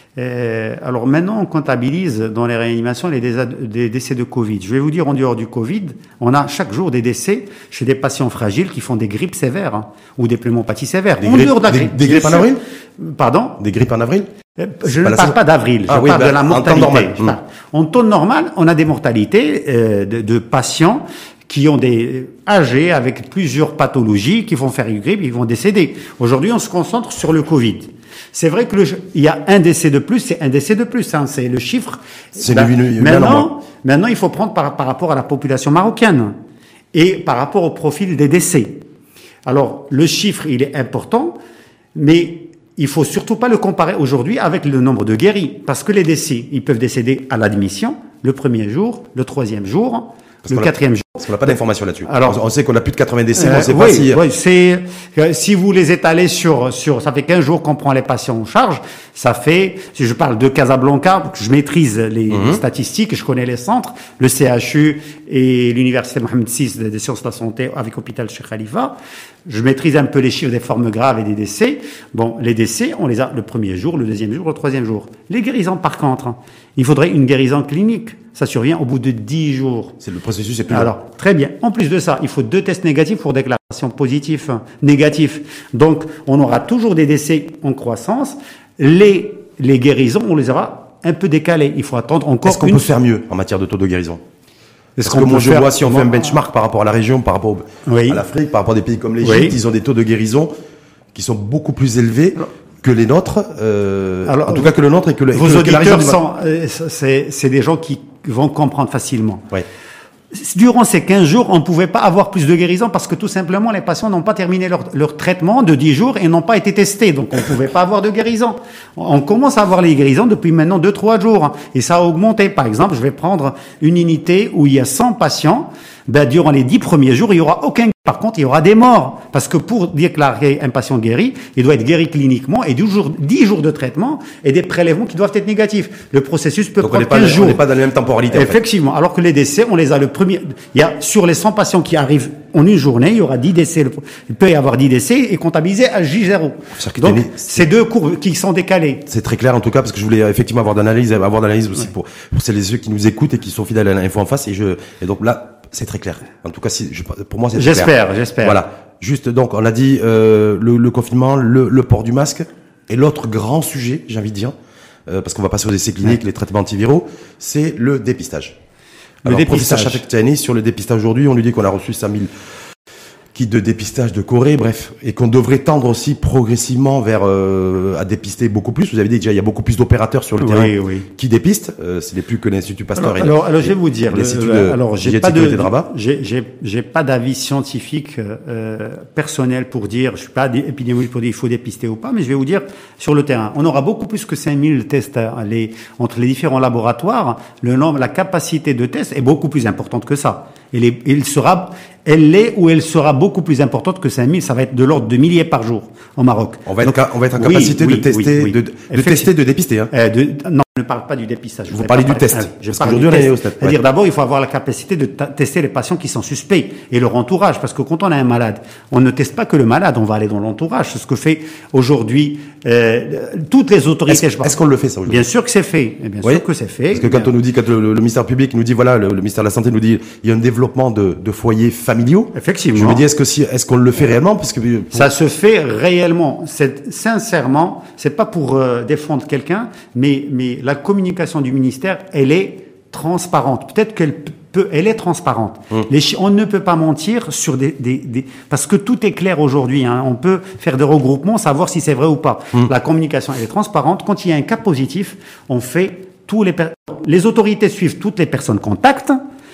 Euh, alors maintenant, on comptabilise dans les réanimations les désa- des décès de Covid. Je vais vous dire, en dehors du Covid, on a chaque jour des décès chez des patients fragiles qui font des grippes sévères hein, ou des pneumopathies sévères. Des en grippes- dehors de la des- grippe. des bien grippes en sûr. avril Pardon Des grippes en avril. Euh, C'est Je pas ne la parle saison. pas d'avril, je Ah oui, parle bah, de la en temps mortalité. normal. Je parle- En temps normal, on a des mortalités euh, de, de patients qui ont des âgés avec plusieurs pathologies, qui vont faire une grippe, ils vont décéder. Aujourd'hui, on se concentre sur le Covid. C'est vrai que le, il y a un décès de plus, c'est un décès de plus, hein, c'est le chiffre. C'est Ben, une- une- une maintenant, norme. maintenant, il faut prendre par, par rapport à la population marocaine et par rapport au profil des décès. Alors, le chiffre, il est important, mais il faut surtout pas le comparer aujourd'hui avec le nombre de guéris, parce que les décès, ils peuvent décéder à l'admission, le premier jour, le troisième jour, Parce le quatrième jour. Parce qu'on n'a pas d'informations là-dessus. Alors, on sait qu'on a plus de quatre-vingts décès, euh, mais on ne sait oui, pas si... Oui, c'est, euh, si vous les étalez sur, sur, ça fait quinze jours qu'on prend les patients en charge, ça fait, si je parle de Casablanca, je maîtrise les Mm-hmm. statistiques, je connais les centres, le C H U et l'université Mohamed six des, des sciences de la santé avec l'hôpital Cheikh Khalifa. Je maîtrise un peu les chiffres des formes graves et des décès. Bon, les décès, on les a le premier jour, le deuxième jour, le troisième jour. Les guérisons, par contre, hein, il faudrait une guérison clinique. Ça survient au bout de dix jours. C'est le processus, c'est plus long. Alors, très bien. En plus de ça, il faut deux tests négatifs pour déclaration positif, négatif. Donc, on aura toujours des décès en croissance. Les, les guérisons, on les aura un peu décalées. Il faut attendre encore. Est-ce qu'on une... peut faire mieux en matière de taux de guérison? Est-ce Parce que moi, je vois, si on fait un benchmark par rapport à la région, par rapport au... oui. à l'Afrique, par rapport à des pays comme l'Égypte, oui. ils ont des taux de guérison qui sont beaucoup plus élevés que les nôtres, euh, Alors, en tout cas que le nôtre et que, le, vos que, que la région auditeurs du... sont, euh, c'est, c'est des gens qui vont comprendre facilement. Ouais. Durant ces quinze jours, on ne pouvait pas avoir plus de guérison parce que tout simplement, les patients n'ont pas terminé leur, leur traitement de dix jours et n'ont pas été testés. Donc, on ne pouvait pas avoir de guérison. On commence à avoir les guérisons depuis maintenant deux trois jours. Et ça a augmenté. Par exemple, je vais prendre une unité où il y a cent patients. Ben, durant les dix premiers jours, il n'y aura aucun. Par contre, il y aura des morts. Parce que pour déclarer un patient guéri, il doit être guéri cliniquement et dix jours, dix jours de traitement et des prélèvements qui doivent être négatifs. Le processus peut Donc prendre on n'est quinze jours. On n'est pas dans la même temporalité. Effectivement. En fait. Alors que les décès, on les a le premier. Il y a, sur les cent patients qui arrivent en une journée, il y aura dix décès. Il peut y avoir dix décès et comptabilisés à J zéro. Donc, c'est deux courbes qui sont décalées. C'est très clair en tout cas parce que je voulais effectivement avoir d'analyse, avoir d'analyse aussi ouais. pour, pour celles et ceux qui nous écoutent et qui sont fidèles à l'info en face. Et je, et donc là, c'est très clair. En tout cas, si, je, pour moi, c'est très j'espère, clair. J'espère, j'espère. Voilà. Juste, donc, on a dit euh, le, le confinement, le, le port du masque, et l'autre grand sujet, j'ai envie de dire, euh, parce qu'on va passer aux essais cliniques, ouais. les traitements antiviraux, c'est le dépistage. Le Alors, dépistage. Professeur Shafek Tiani, sur le dépistage aujourd'hui, on lui dit qu'on a reçu cinq mille kits de dépistage de Corée, bref, et qu'on devrait tendre aussi progressivement vers euh, à dépister beaucoup plus. Vous avez dit déjà, il y a beaucoup plus d'opérateurs sur le oui, terrain oui. qui dépistent. Euh, ce n'est plus que l'Institut Pasteur. Alors, alors, alors je vais vous dire. Le, alors, j'ai pas de, de j'ai, j'ai, j'ai pas d'avis scientifique euh, personnel pour dire. Je suis pas épidémiologiste pour dire il faut dépister ou pas, mais je vais vous dire sur le terrain, on aura beaucoup plus que cinq mille tests les, entre les différents laboratoires. Le nombre, la capacité de tests est beaucoup plus importante que ça. Elle est, il sera, elle l'est ou elle sera beaucoup plus importante que cinq mille. Ça va être de l'ordre de milliers par jour au Maroc. On va être, Donc, on va être en capacité oui, de oui, tester, oui, oui. de, de tester, de dépister. Hein. Euh, de, non, je ne parle pas du dépistage. Vous parlez du test. Ah, je parle du test. C'est-à-dire, ouais. d'abord, il faut avoir la capacité de ta- tester les patients qui sont suspects et leur entourage. Parce que quand on a un malade, on ne teste pas que le malade, on va aller dans l'entourage. C'est ce que fait aujourd'hui euh, toutes les autorités. Est-ce, est-ce qu'on le fait, ça, aujourd'hui? Bien sûr que c'est fait. Bien oui. sûr que c'est fait. Parce que quand on nous dit, quand le, le ministère public nous dit, voilà, le, le ministère de la Santé nous dit, il y a un développement de, de foyers familiaux. Effectivement. Je me dis, est-ce que si, est-ce qu'on le fait réellement? Parce que pour... ça se fait réellement. C'est, sincèrement, c'est pas pour euh, défendre quelqu'un, mais, mais la communication du ministère, elle est transparente. Peut-être qu'elle peut, elle est transparente. Hum. Les, on ne peut pas mentir sur des, des, des, parce que tout est clair aujourd'hui, hein. On peut faire des regroupements, savoir si c'est vrai ou pas. Hum. La communication, elle est transparente. Quand il y a un cas positif, on fait tous les, les autorités suivent toutes les personnes contacts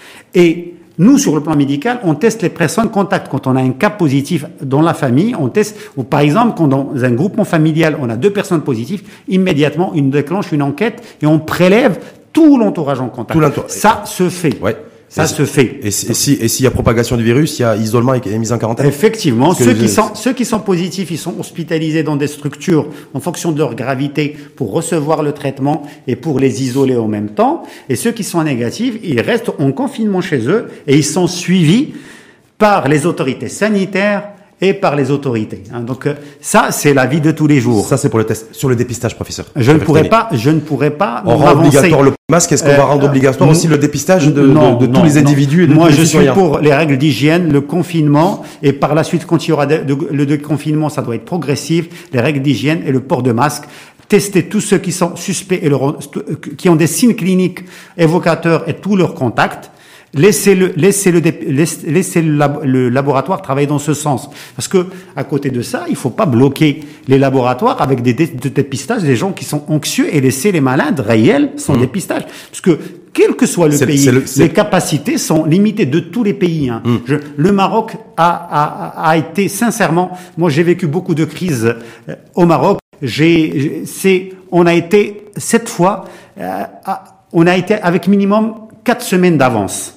et nous, sur le plan médical, on teste les personnes contacts. Quand on a un cas positif dans la famille, on teste, ou par exemple, quand dans un groupement familial, on a deux personnes positives, immédiatement, on déclenche une enquête et on prélève tout l'entourage en contact. Tout l'entourage. Ça se fait. Ouais. Ça et se fait. Et si, et si, et s'il y a propagation du virus, il y a isolement et mise en quarantaine. Effectivement. Ceux qui sont, ceux qui sont positifs, ils sont hospitalisés dans des structures en fonction de leur gravité pour recevoir le traitement et pour les isoler en même temps. Et ceux qui sont négatifs, ils restent en confinement chez eux et ils sont suivis par les autorités sanitaires et par les autorités. Donc ça, c'est la vie de tous les jours. Ça, c'est pour le test. Sur le dépistage, professeur. Je ne pourrais pas, je ne pourrais pas. On rend obligatoire le masque. Est-ce qu'on euh, va rendre obligatoire euh, aussi le dépistage de, non, de, de non, tous les individus et de Moi, tous les je citoyens. suis pour les règles d'hygiène, le confinement, et par la suite, quand il y aura de, de, le déconfinement, ça doit être progressif. Les règles d'hygiène et le port de masque. Tester tous ceux qui sont suspects et leur, qui ont des signes cliniques évocateurs et tous leurs contacts. Laissez-le, laissez le, laissez, laissez le, lab, le laboratoire travailler dans ce sens. Parce que, à côté de ça, il faut pas bloquer les laboratoires avec des dé, de dépistage des gens qui sont anxieux et laisser les malades réels sans mmh. dépistage. Parce que, quel que soit le c'est, pays, c'est le, les capacités sont limitées de tous les pays. Hein. Mmh. Je, le Maroc a, a, a été, sincèrement, moi j'ai vécu beaucoup de crises euh, au Maroc. J'ai, c'est, on a été, cette fois, euh, à, on a été avec minimum quatre semaines d'avance. Hum.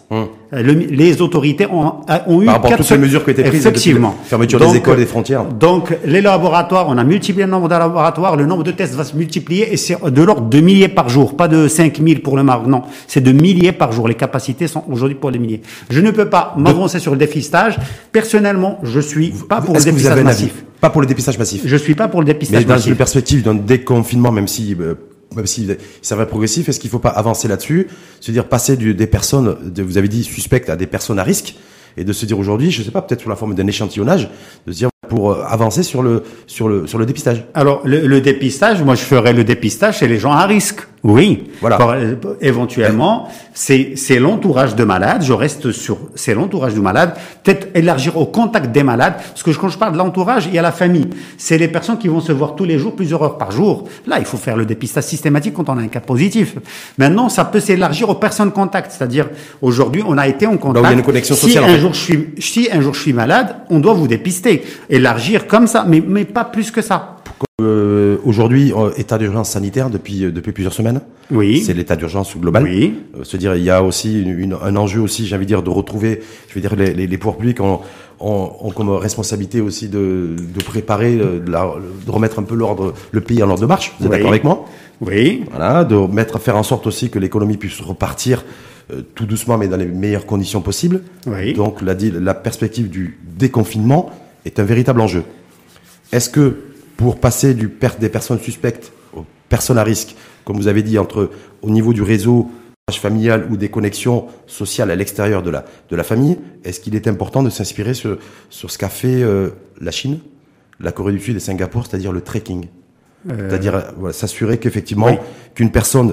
le, les autorités ont, ont eu par rapport à toutes les mesures qui ont été prises, effectivement, fermeture donc, des écoles, des frontières. Donc les laboratoires, on a multiplié le nombre de laboratoires, le nombre de tests va se multiplier et c'est de l'ordre de milliers par jour, pas de cinq mille pour le Maroc, non, c'est de milliers par jour. Les capacités sont aujourd'hui pour les milliers. Je ne peux pas m'avancer sur le dépistage. Personnellement, je suis pas pour le dépistage massif. Pas pour le dépistage massif. Je suis pas pour le dépistage massif. Mais dans massif. une perspective d'un déconfinement, même si euh, même si ça va progressif, est-ce qu'il ne faut pas avancer là-dessus, se dire passer du, des personnes, de, vous avez dit suspectes, à des personnes à risque, et de se dire aujourd'hui, je ne sais pas, peut-être sous la forme d'un échantillonnage, de se dire pour euh, avancer sur le sur le sur le dépistage. Alors le, le dépistage, moi je ferais le dépistage chez les gens à risque. Oui. Voilà. Par, euh, éventuellement, c'est c'est l'entourage de malades. Je reste sur c'est l'entourage du malade. Peut-être élargir au contact des malades, parce que quand je parle de l'entourage, il y a la famille. C'est les personnes qui vont se voir tous les jours, plusieurs heures par jour. Là, il faut faire le dépistage systématique quand on a un cas positif. Maintenant, ça peut s'élargir aux personnes contact, c'est-à-dire aujourd'hui, on a été en contact. Là où il y a une connexion sociale. Si un jour je suis si un jour je suis malade, on doit vous dépister. Élargir comme ça, mais, mais pas plus que ça. Euh, aujourd'hui, euh, état d'urgence sanitaire depuis euh, depuis plusieurs semaines. Oui. C'est l'état d'urgence global. Oui. Euh, se dire, il y a aussi une, une, un enjeu aussi, j'ai envie de dire, de retrouver, je veux dire, les, les, les pouvoirs publics ont, ont, ont comme responsabilité aussi de, de préparer, de, la, de remettre un peu l'ordre, le pays en ordre de marche. Vous êtes Oui. d'accord avec moi? Oui. Voilà, de mettre, faire en sorte aussi que l'économie puisse repartir euh, tout doucement, mais dans les meilleures conditions possibles. Oui. Donc, la, la perspective du déconfinement est un véritable enjeu. Est-ce que pour passer du per des personnes suspectes aux personnes à risque, comme vous avez dit, entre au niveau du réseau familial ou des connexions sociales à l'extérieur de la de la famille, est-ce qu'il est important de s'inspirer sur sur ce qu'a fait euh, la Chine, la Corée du Sud et Singapour, c'est-à-dire le tracking, euh... c'est-à-dire euh, voilà, s'assurer qu'effectivement oui. qu'une personne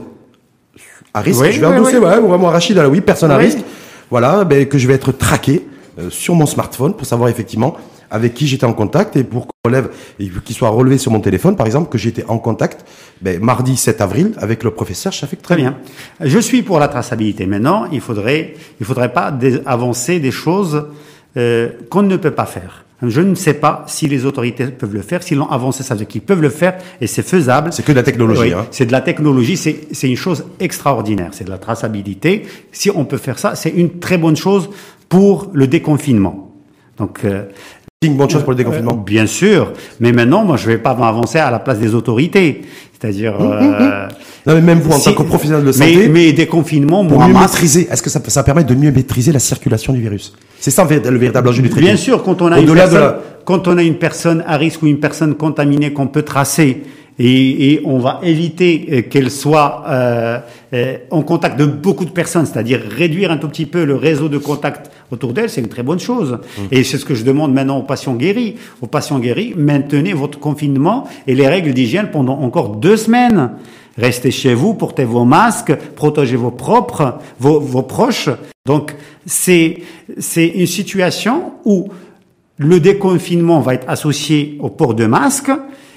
à risque, oui, je vais oui, endosser, oui. ouais, vraiment Rachid, oui, personne à oui. risque, voilà, ben, que je vais être traqué euh, sur mon smartphone pour savoir effectivement avec qui j'étais en contact et pour qu'on relève, et qu'il soit relevé sur mon téléphone, par exemple, que j'étais en contact, ben, mardi sept avril avec le professeur Chafik. Très bien. Je suis pour la traçabilité. Maintenant, il faudrait, il faudrait pas des, avancer des choses euh, qu'on ne peut pas faire. Je ne sais pas si les autorités peuvent le faire. S'ils l'ont avancé, ça veut dire qu'ils peuvent le faire et c'est faisable. C'est que de la technologie. Oui, hein. C'est de la technologie. C'est, c'est une chose extraordinaire. C'est de la traçabilité. Si on peut faire ça, c'est une très bonne chose pour le déconfinement. Donc, euh, une bonne chose pour le déconfinement. Euh, bien sûr, mais maintenant, moi, je vais pas m'avancer à la place des autorités. C'est-à-dire, mmh, euh, mmh. non, mais même vous en si, tant que professionnel de santé, mais, mais déconfinement, pour moi, mieux masse, maîtriser. Est-ce que ça, ça permet de mieux maîtriser la circulation du virus? C'est ça le véritable enjeu du traitement. Bien sûr, quand on a une personne, la... quand on a une personne à risque ou une personne contaminée qu'on peut tracer. Et, et on va éviter qu'elle soit euh, euh, en contact de beaucoup de personnes, c'est-à-dire réduire un tout petit peu le réseau de contact autour d'elle, c'est une très bonne chose. Mmh. Et c'est ce que je demande maintenant aux patients guéris. Aux patients guéris, maintenez votre confinement et les règles d'hygiène pendant encore deux semaines. Restez chez vous, portez vos masques, protégez vos propres, vos, vos proches. Donc c'est c'est une situation où le déconfinement va être associé au port de masque.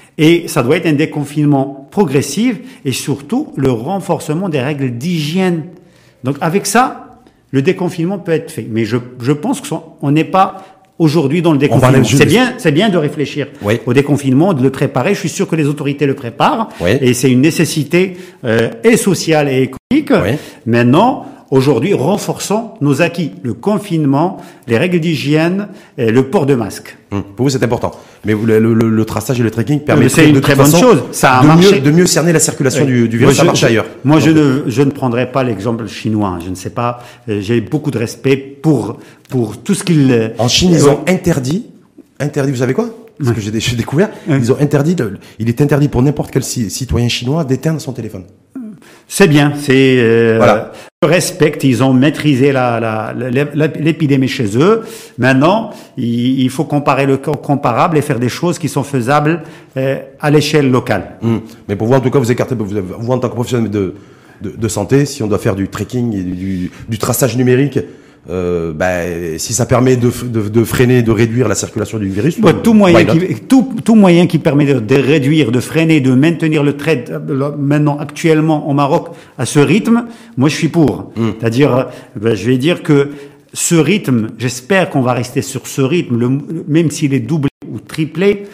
Et ça doit être un déconfinement progressif et surtout le renforcement des règles d'hygiène. Donc avec ça, le déconfinement peut être fait. Mais je, je pense qu'on n'est pas aujourd'hui dans le déconfinement. C'est bien, c'est bien de réfléchir oui. au déconfinement, de le préparer. Je suis sûr que les autorités le préparent. Oui. Et c'est une nécessité euh, et sociale et économique. Oui. Maintenant, aujourd'hui, renforçons nos acquis. Le confinement, les règles d'hygiène, et le port de masque. Hum, pour vous, c'est important. Mais vous, le, le, le traçage et le tracking permettent c'est une de très toute bonne façon chose. Ça a de, marché. mieux, de mieux cerner la circulation oui. du, du virus. Moi, ça je, marche je, ailleurs. Moi, je ne, je ne prendrai pas l'exemple chinois. Je ne sais pas. J'ai beaucoup de respect pour, pour tout ce qu'ils... En Chine, ils ont interdit, interdit, vous savez quoi? Parce que j'ai, j'ai découvert, oui. ils ont interdit, de, il est interdit pour n'importe quel citoyen chinois d'éteindre son téléphone. C'est bien, c'est euh, voilà. Ils respectent, ils ont maîtrisé la, la, la, l'épidémie chez eux. Maintenant, il, il faut comparer le comparable et faire des choses qui sont faisables euh, à l'échelle locale. Mmh. Mais pour vous, en tout cas, vous écartez, vous, vous en tant que professionnel de, de, de santé, si on doit faire du tracking et du, du traçage numérique, euh, ben, si ça permet de, de, de freiner, de réduire la circulation du virus, bon, tout moyen qui, tout, tout moyen qui permet de, de réduire, de freiner, de maintenir le trait maintenant actuellement au Maroc à ce rythme, moi je suis pour. Mm. C'est-à-dire, ben, je vais dire que ce rythme, j'espère qu'on va rester sur ce rythme, le, même s'il est doublé ou triplé,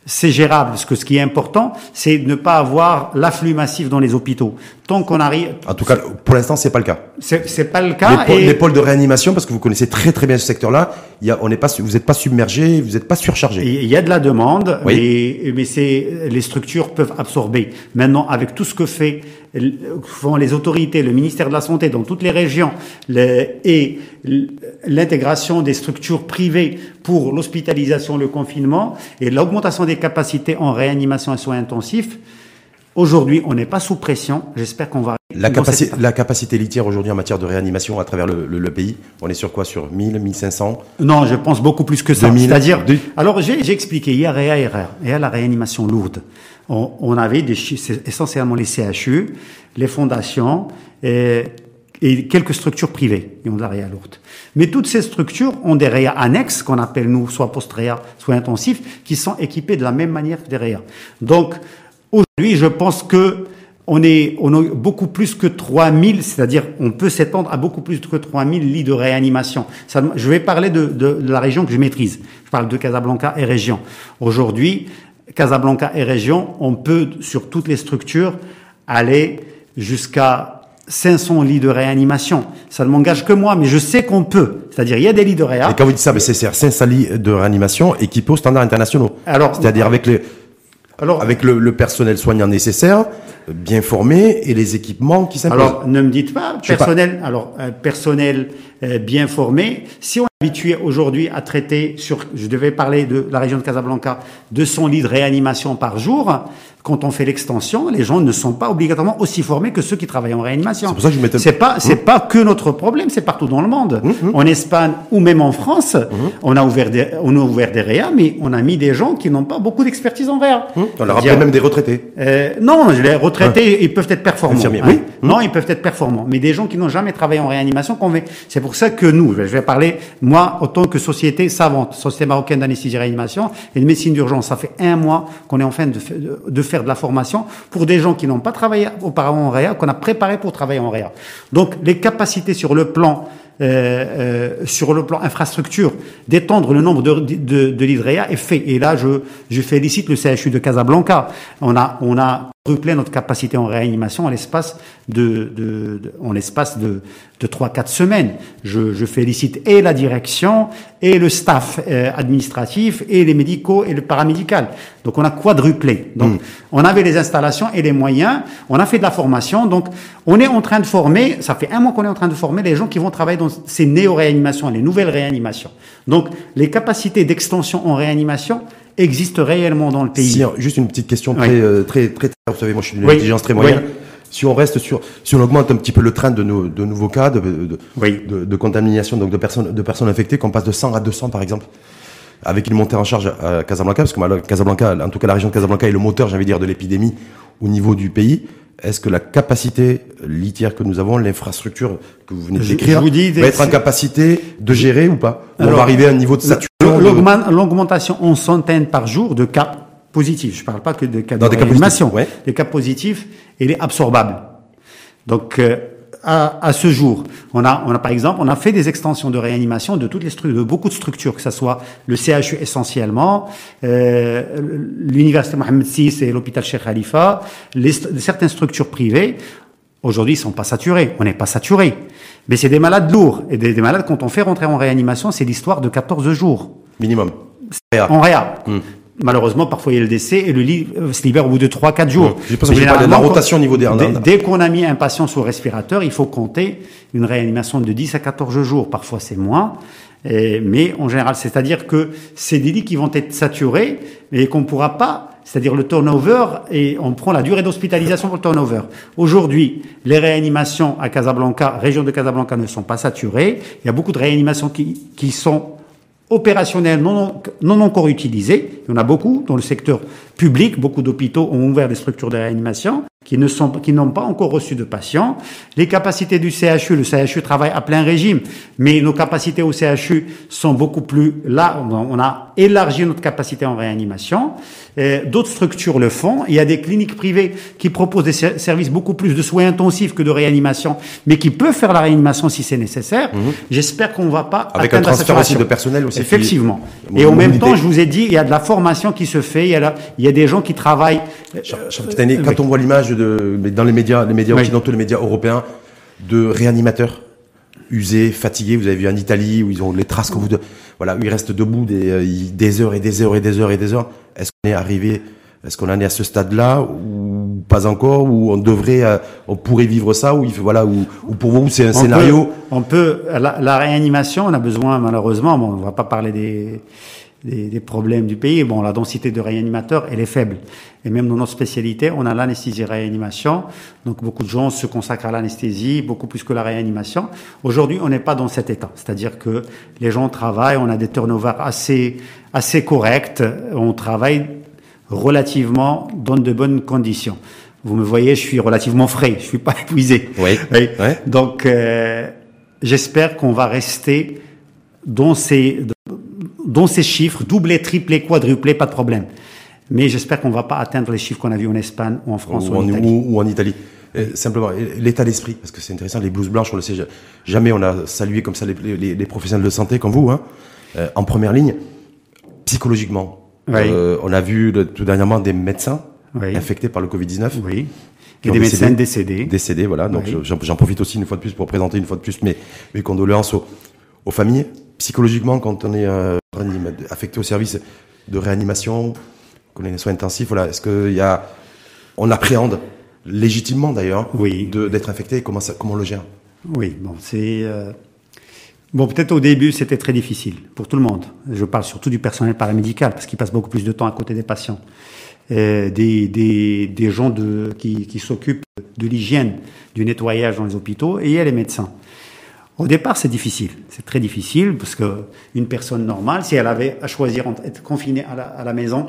c'est gérable. Parce que ce qui est important, c'est de ne pas avoir l'afflux massif dans les hôpitaux. Tant qu'on arrive... En tout cas, pour l'instant, c'est pas le cas. C'est, c'est pas le cas. Les pôles, et... les pôles de réanimation, parce que vous connaissez très très bien ce secteur-là, il y a, on n'est pas, vous n'êtes pas submergé, vous n'êtes pas surchargé. Il y a de la demande, oui. mais, mais c'est, les structures peuvent absorber. Maintenant, avec tout ce que fait, font les autorités, le ministère de la Santé dans toutes les régions, les, et l'intégration des structures privées pour l'hospitalisation, le confinement, et l'augmentation des capacités en réanimation et soins intensifs, aujourd'hui, on n'est pas sous pression. J'espère qu'on va... La, capaci- la capacité litière aujourd'hui en matière de réanimation à travers le, le, le pays, on est sur quoi? Sur mille, mille cinq cents? Non, je pense beaucoup plus que ça. deux mille, C'est-à-dire... deux... Alors, j'ai, j'ai expliqué, il y a R E A et R R, il y a la réanimation lourde. On, on avait des chiffres, essentiellement les C H U, les fondations et, et quelques structures privées qui ont de la R E A lourde. Mais toutes ces structures ont des R E A annexes, qu'on appelle nous soit post-R E A, soit intensifs, qui sont équipés de la même manière que des R E A. Donc, aujourd'hui, je pense que on est, on a beaucoup plus que trois mille, c'est-à-dire on peut s'étendre à beaucoup plus que trois mille lits de réanimation. Ça, je vais parler de, de, de la région que je maîtrise. Je parle de Casablanca et région. Aujourd'hui, Casablanca et région, on peut, sur toutes les structures, aller jusqu'à cinq cents lits de réanimation. Ça ne m'engage que moi, mais je sais qu'on peut. C'est-à-dire, il y a des lits de réa. Et quand vous dites ça, ben c'est cinq cents lits de réanimation équipés aux standards internationaux. Alors, c'est-à-dire avec les, alors, avec le, le personnel soignant nécessaire, bien formé, et les équipements qui s'imposent. Alors, ne me dites pas personnel. Pas. Alors, euh, personnel euh, bien formé. Si on est habitué aujourd'hui à traiter sur, je devais parler de la région de Casablanca, deux cents lits de réanimation par jour. Quand on fait l'extension, les gens ne sont pas obligatoirement aussi formés que ceux qui travaillent en réanimation. C'est pour ça que je m'étonne. C'est pas, c'est mmh. pas que notre problème, c'est partout dans le monde. Mmh. En Espagne ou même en France, mmh. on a ouvert des, on a ouvert des R E A, mais on a mis des gens qui n'ont pas beaucoup d'expertise en R E A. Mmh. On leur rappelle même des retraités. Euh, non, les retraités, hein. Ils peuvent être performants. Hein. Oui. Mmh. Non, ils peuvent être performants. Mais des gens qui n'ont jamais travaillé en réanimation, qu'on va... c'est pour ça que nous, je vais parler, moi, en tant que société savante, Société marocaine d'anesthésie et réanimation et de médecine d'urgence, ça fait un mois qu'on est en train de, de faire de la formation pour des gens qui n'ont pas travaillé auparavant en R E A, qu'on a préparé pour travailler en R E A. Donc, les capacités sur le plan, euh, euh, sur le plan infrastructure, d'étendre le nombre de, de, de lits de R E A est fait. Et là, je, je félicite le C H U de Casablanca. On a, on a triplé notre capacité en réanimation en l'espace de, de, de en l'espace de, de trois, quatre semaines. Je, je félicite et la direction, et le staff euh, administratif, et les médicaux, et le paramédical. Donc, on a quadruplé. Donc, mmh. on avait les installations et les moyens. On a fait de la formation. Donc, on est en train de former, ça fait un mois qu'on est en train de former les gens qui vont travailler dans ces néo-réanimations, les nouvelles réanimations. Donc, les capacités d'extension en réanimation existent réellement dans le pays. Si, juste une petite question très, oui. euh, très, très, très, vous savez, moi, je suis d'une oui. intelligence très moyenne. Oui. Si on reste sur, si on augmente un petit peu le train de, nos, de nouveaux cas de, de, oui. de, de contamination, donc de personnes, de personnes infectées, qu'on passe de cent à deux cents, par exemple, avec une montée en charge à Casablanca, parce que Casablanca, en tout cas la région de Casablanca est le moteur, j'ai envie de dire, de l'épidémie au niveau du pays. Est-ce que la capacité litière que nous avons, l'infrastructure que vous venez de décrire, va être en capacité de gérer ou pas? Alors, on va arriver à un niveau de saturation? De... L'augmentation en centaines par jour de cas positifs, je ne parle pas que de cas de réanimation, ouais. des cas positifs, elle est absorbable. Donc, euh, à, à ce jour, on a, on a par exemple, on a fait des extensions de réanimation de toutes les structures, de beaucoup de structures, que ce soit le C H U essentiellement, euh, l'université Mohamed six et l'hôpital Cheikh Khalifa, les, certaines structures privées. Aujourd'hui, ils sont pas saturés. On n'est pas saturés. Mais c'est des malades lourds. Et des, des malades, quand on fait rentrer en réanimation, c'est l'histoire de quatorze jours. Minimum. En réa. Hum. Malheureusement, parfois il y a le décès et le lit se libère au bout de trois, quatre jours. Mmh. Je pense que j'ai parlé de la rotation au niveau des dès, dès qu'on a mis un patient sous respirateur, il faut compter une réanimation de dix à quatorze jours. Parfois c'est moins, et, mais en général, c'est-à-dire que c'est des lits qui vont être saturés et qu'on ne pourra pas, c'est-à-dire le turnover, et on prend la durée d'hospitalisation pour le turnover. Aujourd'hui, les réanimations à Casablanca, région de Casablanca, ne sont pas saturées. Il y a beaucoup de réanimations qui, qui sont opérationnels non, non encore utilisés. Il y en a beaucoup dans le secteur public. Beaucoup d'hôpitaux ont ouvert des structures de réanimation qui ne sont, qui n'ont pas encore reçu de patients. Les capacités du C H U, le C H U travaille à plein régime, mais nos capacités au C H U sont beaucoup plus là. On a élargi notre capacité en réanimation. Et d'autres structures le font. Il y a des cliniques privées qui proposent des ser- services beaucoup plus de soins intensifs que de réanimation, mais qui peuvent faire la réanimation si c'est nécessaire. Mmh. J'espère qu'on va pas avec un transfert aussi de personnel aussi. Effectivement. Qui... Et en même temps, je vous ai dit, il y a de la formation qui se fait. Il y a, la, il y a des gens qui travaillent. Cette année, quand on voit l'image de, dans les médias, les médias occidentaux, les médias européens, de réanimateurs usés, fatigués, vous avez vu en Italie où ils ont les traces qu'on vous de, voilà, où ils restent debout des, des heures et des heures et des heures et des heures. Est-ce qu'on est arrivé, est-ce qu'on en est à ce stade-là ou pas encore, ou on devrait, on pourrait vivre ça, ou il fait, voilà, ou, ou pour vous c'est un on scénario. Peut, on peut, la, la réanimation, on a besoin malheureusement, bon, on va pas parler des Des, des problèmes du pays. Bon, la densité de réanimateurs, elle est faible. Et même dans notre spécialité, on a l'anesthésie-réanimation. Donc, beaucoup de gens se consacrent à l'anesthésie, beaucoup plus que la réanimation. Aujourd'hui, on n'est pas dans cet état. C'est-à-dire que les gens travaillent, on a des turnovers assez, assez corrects. On travaille relativement dans de bonnes conditions. Vous me voyez, je suis relativement frais. Je suis pas épuisé. Oui. oui. oui. Donc, euh, j'espère qu'on va rester dans ces, dans ces chiffres, doublés, triplés, quadruplés, pas de problème. Mais j'espère qu'on ne va pas atteindre les chiffres qu'on a vus en Espagne ou en France ou, ou en, en Italie. Ou, ou en Italie. Euh, simplement, l'état d'esprit, parce que c'est intéressant, les blouses blanches, on le sait, jamais on a salué comme ça les, les, les professionnels de santé comme vous, hein, euh, en première ligne, psychologiquement. Oui. Euh, on a vu le, tout dernièrement des médecins oui. infectés par le covid dix-neuf. Oui. Et des médecins décédés. Décédés, voilà. Donc oui. j'en, j'en profite aussi une fois de plus pour présenter une fois de plus mes, mes condoléances aux, aux familles. Psychologiquement, quand on est euh, affecté au service de réanimation, qu'on est des soins intensifs, voilà, est-ce qu'il y a, on appréhende légitimement d'ailleurs, oui. de, d'être infecté, comment ça, comment on le gère? Oui, bon, c'est euh... bon, peut-être au début c'était très difficile pour tout le monde. Je parle surtout du personnel paramédical parce qu'il passe beaucoup plus de temps à côté des patients, et des des des gens de qui qui s'occupent de l'hygiène, du nettoyage dans les hôpitaux, et il y a les médecins. Au départ, c'est difficile. C'est très difficile parce que une personne normale, si elle avait à choisir entre être confinée à la, à la maison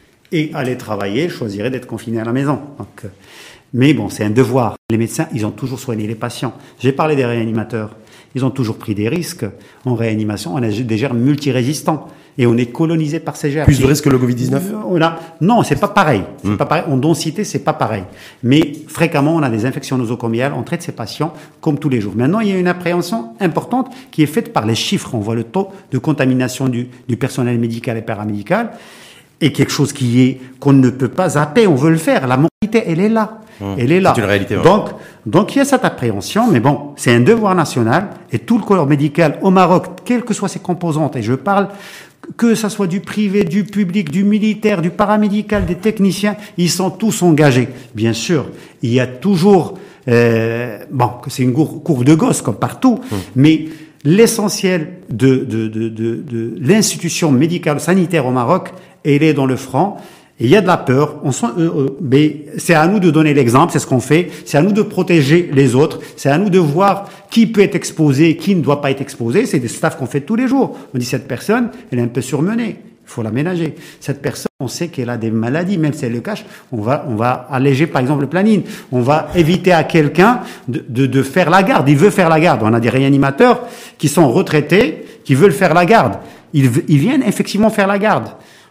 et aller travailler, elle choisirait d'être confinée à la maison. Donc, mais bon, c'est un devoir. Les médecins, ils ont toujours soigné les patients. J'ai parlé des réanimateurs. Ils ont toujours pris des risques. En réanimation, on a des germes multirésistants. Et on est colonisé par ces germes. Plus de risques que le covid dix-neuf? On a, non, c'est pas pareil. C'est mmh. pas pareil. En densité, c'est pas pareil. Mais fréquemment, on a des infections nosocomiales. On traite ces patients comme tous les jours. Maintenant, il y a une appréhension importante qui est faite par les chiffres. On voit le taux de contamination du, du personnel médical et paramédical. Et quelque chose qui est, qu'on ne peut pas zapper. On veut le faire. La mortalité, elle est là. Mmh. Elle est là. C'est une réalité. Ouais. Donc, donc, il y a cette appréhension. Mais bon, c'est un devoir national. Et tout le corps médical au Maroc, quelles que soient ses composantes, et je parle que ça soit du privé, du public, du militaire, du paramédical, des techniciens, ils sont tous engagés. Bien sûr, il y a toujours, euh, bon, que c'est une courbe de gosse comme partout, mmh. mais l'essentiel de, de, de, de, de l'institution médicale sanitaire au Maroc, elle est dans le front. Et il y a de la peur. On sent, euh, euh, mais c'est à nous de donner l'exemple, c'est ce qu'on fait. C'est à nous de protéger les autres. C'est à nous de voir qui peut être exposé, qui ne doit pas être exposé. C'est des staffs qu'on fait tous les jours. On dit cette personne, elle est un peu surmenée. Il faut l'aménager. Cette personne, on sait qu'elle a des maladies, même si elle le cache. On va, on va alléger, par exemple, le planning. On va éviter à quelqu'un de, de, de faire la garde. Il veut faire la garde. On a des réanimateurs qui sont retraités, qui veulent faire la garde. Ils, ils viennent effectivement faire la garde.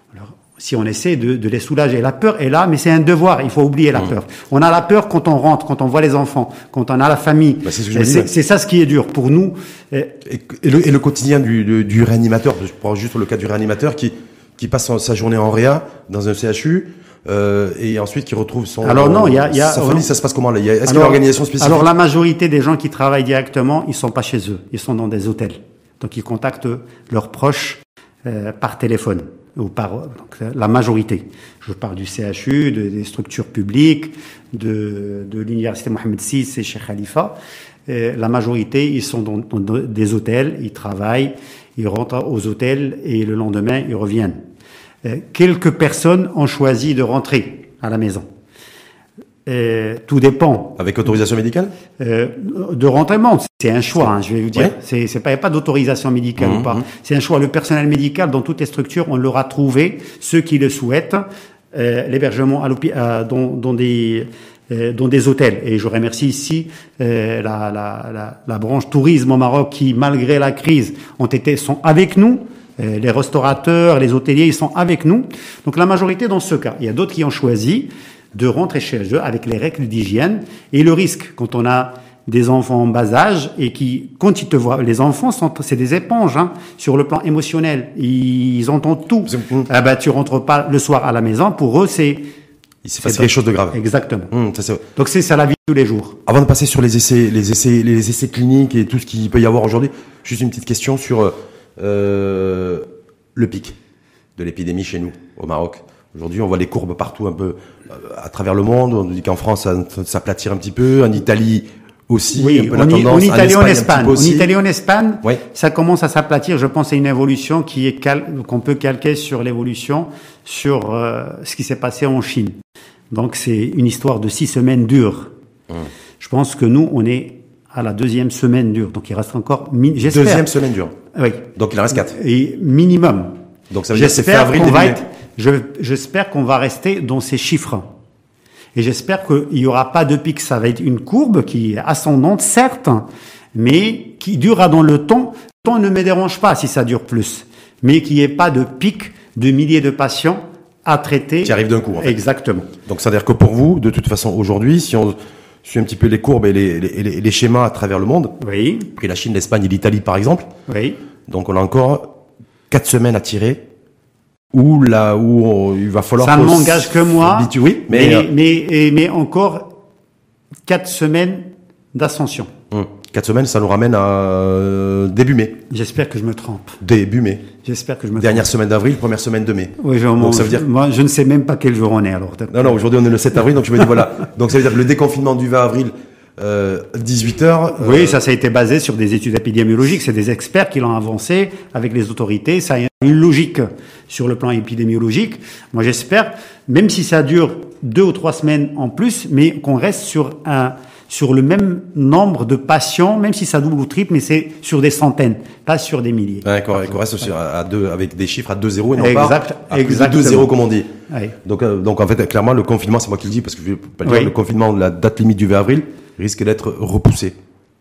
Si on essaie de, de les soulager. La peur est là, mais c'est un devoir. Il faut oublier la mmh. peur. On a la peur quand on rentre, quand on voit les enfants, quand on a la famille. Bah c'est, ce que c'est, c'est ça ce qui est dur pour nous. Et, et, le, et le quotidien du, du, du réanimateur, je prends juste le cas du réanimateur qui, qui passe sa journée en réa dans un C H U euh, et ensuite qui retrouve son, alors non, il y a, y a, sa famille. Ça se passe comment là? Est-ce alors, qu'il y a une organisation spécifique? Alors la majorité des gens qui travaillent directement, ils sont pas chez eux. Ils sont dans des hôtels. Donc ils contactent leurs proches euh, par téléphone. Ou par donc, la majorité. Je parle du C H U, de, des structures publiques, de, de l'université Mohamed six et Cheikh Khalifa. Et la majorité, ils sont dans, dans des hôtels, ils travaillent, ils rentrent aux hôtels et le lendemain, ils reviennent. Et quelques personnes ont choisi de rentrer à la maison. Et tout dépend. Avec autorisation médicale? euh, De rentrement, c'est un choix. Hein, je vais vous dire, ouais. c'est, c'est pas, y a pas d'autorisation médicale mmh, ou pas. Mmh. C'est un choix. Le personnel médical dans toutes les structures, on l'aura trouvé. Ceux qui le souhaitent, euh, l'hébergement à l'hôpital, dans, dans des euh, dans des hôtels. Et je remercie ici euh, la, la, la, la branche tourisme au Maroc qui, malgré la crise, ont été sont avec nous. Euh, les restaurateurs, les hôteliers, ils sont avec nous. Donc la majorité dans ce cas. Il y a d'autres qui ont choisi de rentrer chez eux avec les règles d'hygiène. Et le risque, quand on a des enfants en bas âge et qui, quand ils te voient, les enfants sont, c'est des éponges, hein, sur le plan émotionnel. Ils entendent tout. Ah ben, tu rentres pas le soir à la maison. Pour eux, c'est, il s'est passé quelque chose de grave. Exactement. Mmh, ça, c'est... Donc c'est ça la vie de tous les jours. Avant de passer sur les essais, les essais, les essais cliniques et tout ce qu'il peut y avoir aujourd'hui, juste une petite question sur, euh, le pic de l'épidémie chez nous, au Maroc. Aujourd'hui, on voit les courbes partout un peu, euh, à travers le monde. On dit qu'en France, ça s'aplatit un petit peu. En Italie, aussi, oui, un peu on la y, tendance. en Italie, en Espagne, en Italie, en Espagne, oui. Ça commence à s'aplatir. Je pense à une évolution qui est cal... qu'on peut calquer sur l'évolution sur euh, ce qui s'est passé en Chine. Donc c'est une histoire de six semaines dures. Hum. Je pense que nous, on est à la deuxième semaine dure. Donc il reste encore, j'espère. Deuxième semaine dure. Oui. Donc il en reste quatre. Et minimum. Donc ça veut dire que c'est fin avril, qu'on va être, je, j'espère qu'on va rester dans ces chiffres. Et j'espère qu'il n'y aura pas de pic. Ça va être une courbe qui est ascendante, certes, mais qui durera dans le temps. Le temps ne me dérange pas si ça dure plus. Mais qu'il n'y ait pas de pic de milliers de patients à traiter. Qui arrive d'un coup, en fait. Exactement. Donc ça veut dire que pour vous, de toute façon, aujourd'hui, si on suit un petit peu les courbes et les, les, les, les schémas à travers le monde, oui. Puis la Chine, l'Espagne et l'Italie, par exemple, oui. Donc on a encore quatre semaines à tirer. Où là où on, il va falloir. Ça ne m'engage que moi. Oui, mais mais, mais, mais, mais encore quatre semaines d'ascension. Hum. Quatre semaines, ça nous ramène à euh, début mai. J'espère que je me trompe. Début mai. J'espère que je me Dernière trompe. semaine d'avril, première semaine de mai. Oui, je, donc moi, ça veut dire. Moi, je ne sais même pas quel jour on est alors. Non, non, aujourd'hui on est le sept avril, donc je me dis voilà. Donc ça veut dire que le déconfinement du vingt avril. Euh, dix-huit heures. Euh... Oui, ça, ça a été basé sur des études épidémiologiques. C'est des experts qui l'ont avancé avec les autorités. Ça a une logique sur le plan épidémiologique. Moi, j'espère, même si ça dure deux ou trois semaines en plus, mais qu'on reste sur un, sur le même nombre de patients, même si ça double ou triple, mais c'est sur des centaines, pas sur des milliers. Ouais, qu'on reste sur, à deux, avec des chiffres à deux zéros et non exact, pas à plus de deux zéros comme on dit. Oui. Donc, euh, donc en fait, clairement, le confinement, c'est moi qui le dis parce que je vais pas le dire, oui. le confinement, la date limite du vingt avril risque d'être repoussé.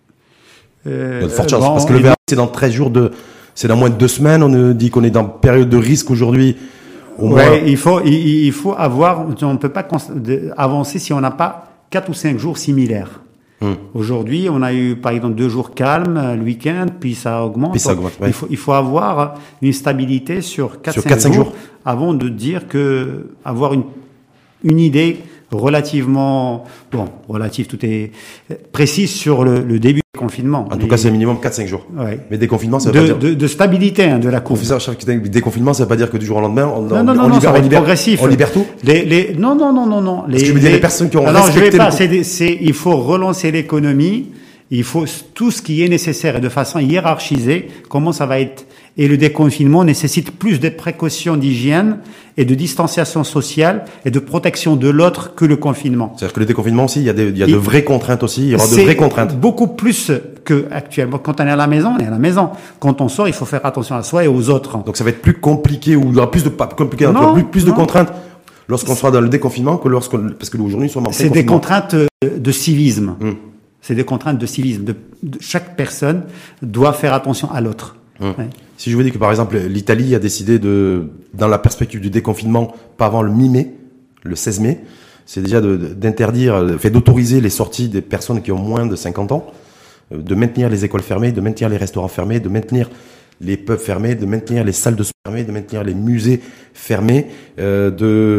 Euh, de forte chance. Bon, parce que le vingt avril, c'est dans treize jours de, c'est dans moins de deux semaines. On dit qu'on est dans période de risque aujourd'hui. Au moins. Ouais, il faut, il, il faut avoir, on ne peut pas avancer si on n'a pas quatre ou cinq jours similaires. Hum. Aujourd'hui, on a eu, par exemple, deux jours calmes, le week-end, puis ça augmente. Puis ça augmente, ouais. il faut, il faut avoir une stabilité sur quatre, sur cinq, cinq jours, jours avant de dire que, avoir une, une idée relativement, bon, relative, tout est précise sur le, le début du confinement. En mais, tout cas, c'est minimum quatre cinq jours. Ouais. Mais déconfinement, ça veut de, pas dire... De, de stabilité, hein, de la courbe. Professeur, déconfinement, ça veut pas dire que du jour au lendemain, on, non, on, non, non, on, non, libère, ça on, libère, progressif. on libère tout les, les, Non, non, non, non, non. Les, les, les, les personnes qui ont non, respecté... je vais pas, le... c'est des, c'est, il faut relancer l'économie, il faut tout ce qui est nécessaire et de façon hiérarchisée, comment ça va être. Et le déconfinement nécessite plus de précautions d'hygiène et de distanciation sociale et de protection de l'autre que le confinement. C'est-à-dire que le déconfinement aussi, il y a, des, il y a de vraies contraintes aussi, il y aura de vraies contraintes. Beaucoup plus que actuellement. Quand on est à la maison, on est à la maison. Quand on sort, il faut faire attention à soi et aux autres. Donc ça va être plus compliqué ou il y aura plus de, pas compliqué, non, plus, plus non. de contraintes lorsqu'on sera dans le déconfinement que lorsqu'on, parce que aujourd'hui nous sommes en C'est des contraintes de civisme. Hum. C'est des contraintes de civisme. De, de, chaque personne doit faire attention à l'autre. Hum. Ouais. Si je vous dis que par exemple l'Italie a décidé de, dans la perspective du déconfinement, pas avant le mi-mai, le seize mai, c'est déjà de, d'interdire, fait d'autoriser les sorties des personnes qui ont moins de cinquante ans, de maintenir les écoles fermées, de maintenir les restaurants fermés, de maintenir les pubs fermés, de maintenir les salles de sport fermées, de maintenir les musées fermés, euh,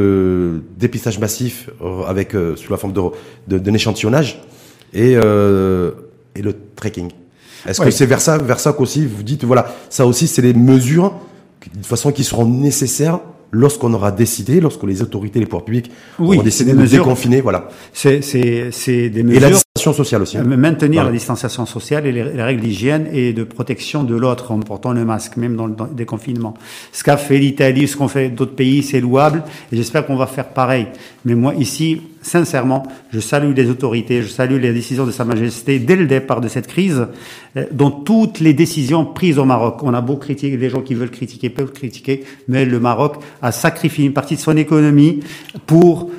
de dépistage massif avec euh, sous la forme de, de, d'un échantillonnage et, euh, et le tracking. Est-ce oui. que c'est vers ça, vers ça qu'aussi vous dites, voilà, ça aussi c'est les mesures de toute façon qui seront nécessaires lorsqu'on aura décidé, lorsque les autorités, les pouvoirs publics oui, auront décidé de mesures, déconfiner, voilà. C'est, c'est, c'est des mesures. Et la distanciation sociale aussi. Maintenir voilà. la distanciation sociale et les, les règles d'hygiène et de protection de l'autre en portant le masque, même dans le déconfinement. Ce qu'a fait l'Italie, ce qu'ont fait d'autres pays, c'est louable et j'espère qu'on va faire pareil. Mais moi, ici, sincèrement, je salue les autorités, je salue les décisions de Sa Majesté dès le départ de cette crise, dans toutes les décisions prises au Maroc. On a beau critiquer, les gens qui veulent critiquer peuvent critiquer, mais le Maroc a sacrifié une partie de son économie pour